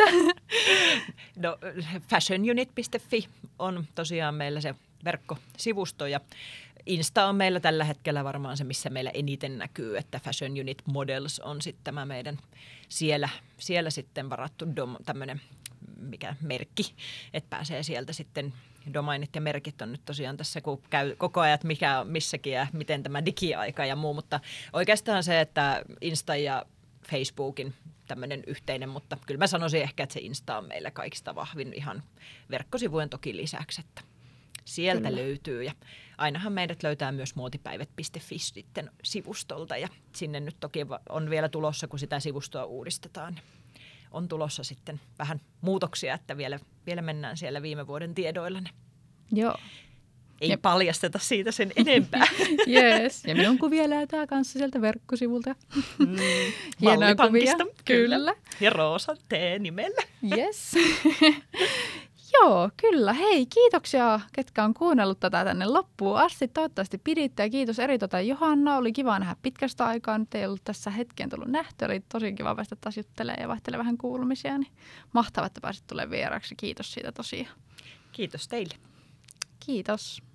No, fashionunit piste fi on tosiaan meillä se verkkosivusto ja Insta on meillä tällä hetkellä varmaan se, missä meillä eniten näkyy, että Fashion Unit Models on sitten tämä meidän siellä, siellä sitten varattu dom, tämmöinen mikä merkki, että pääsee sieltä sitten. Domainit ja merkit on nyt tosiaan tässä, kun käy koko ajan, mikä on missäkin ja miten tämä digiaika ja muu, mutta oikeastaan se, että Insta ja Facebookin tämmöinen yhteinen, mutta kyllä mä sanoisin ehkä, että se Insta on meillä kaikista vahvin ihan verkkosivujen toki lisäksi, että sieltä kyllä. löytyy ja ainahan meidät löytää myös muotipäivät piste fi sitten sivustolta ja sinne nyt toki on vielä tulossa, kun sitä sivustoa uudistetaan. On tulossa sitten vähän muutoksia, että vielä, vielä mennään siellä viime vuoden tiedoilla. Joo. Ei ja paljasteta siitä sen enempää. Yes. Ja minun kuvia löytää kanssa sieltä verkkosivulta. Mm, Hienoja kuvia. Kyllä. kyllä. Ja Roosa T-nimellä. Yes. Joo, kyllä. Hei, kiitoksia, ketkä on kuunnellut tätä tänne loppuun asti. Toivottavasti piditte ja kiitos eritoten tota Johanna. Oli kiva nähdä pitkästä aikaa. Nyt ei ollut tässä hetken tullut nähty. Oli tosi kiva päästä taas juttelemaan ja vaihtelemaan vähän kuulumisia. Niin mahtavaa, että pääsit tulemaan vieraaksi. Kiitos siitä tosiaan. Kiitos teille. Kiitos.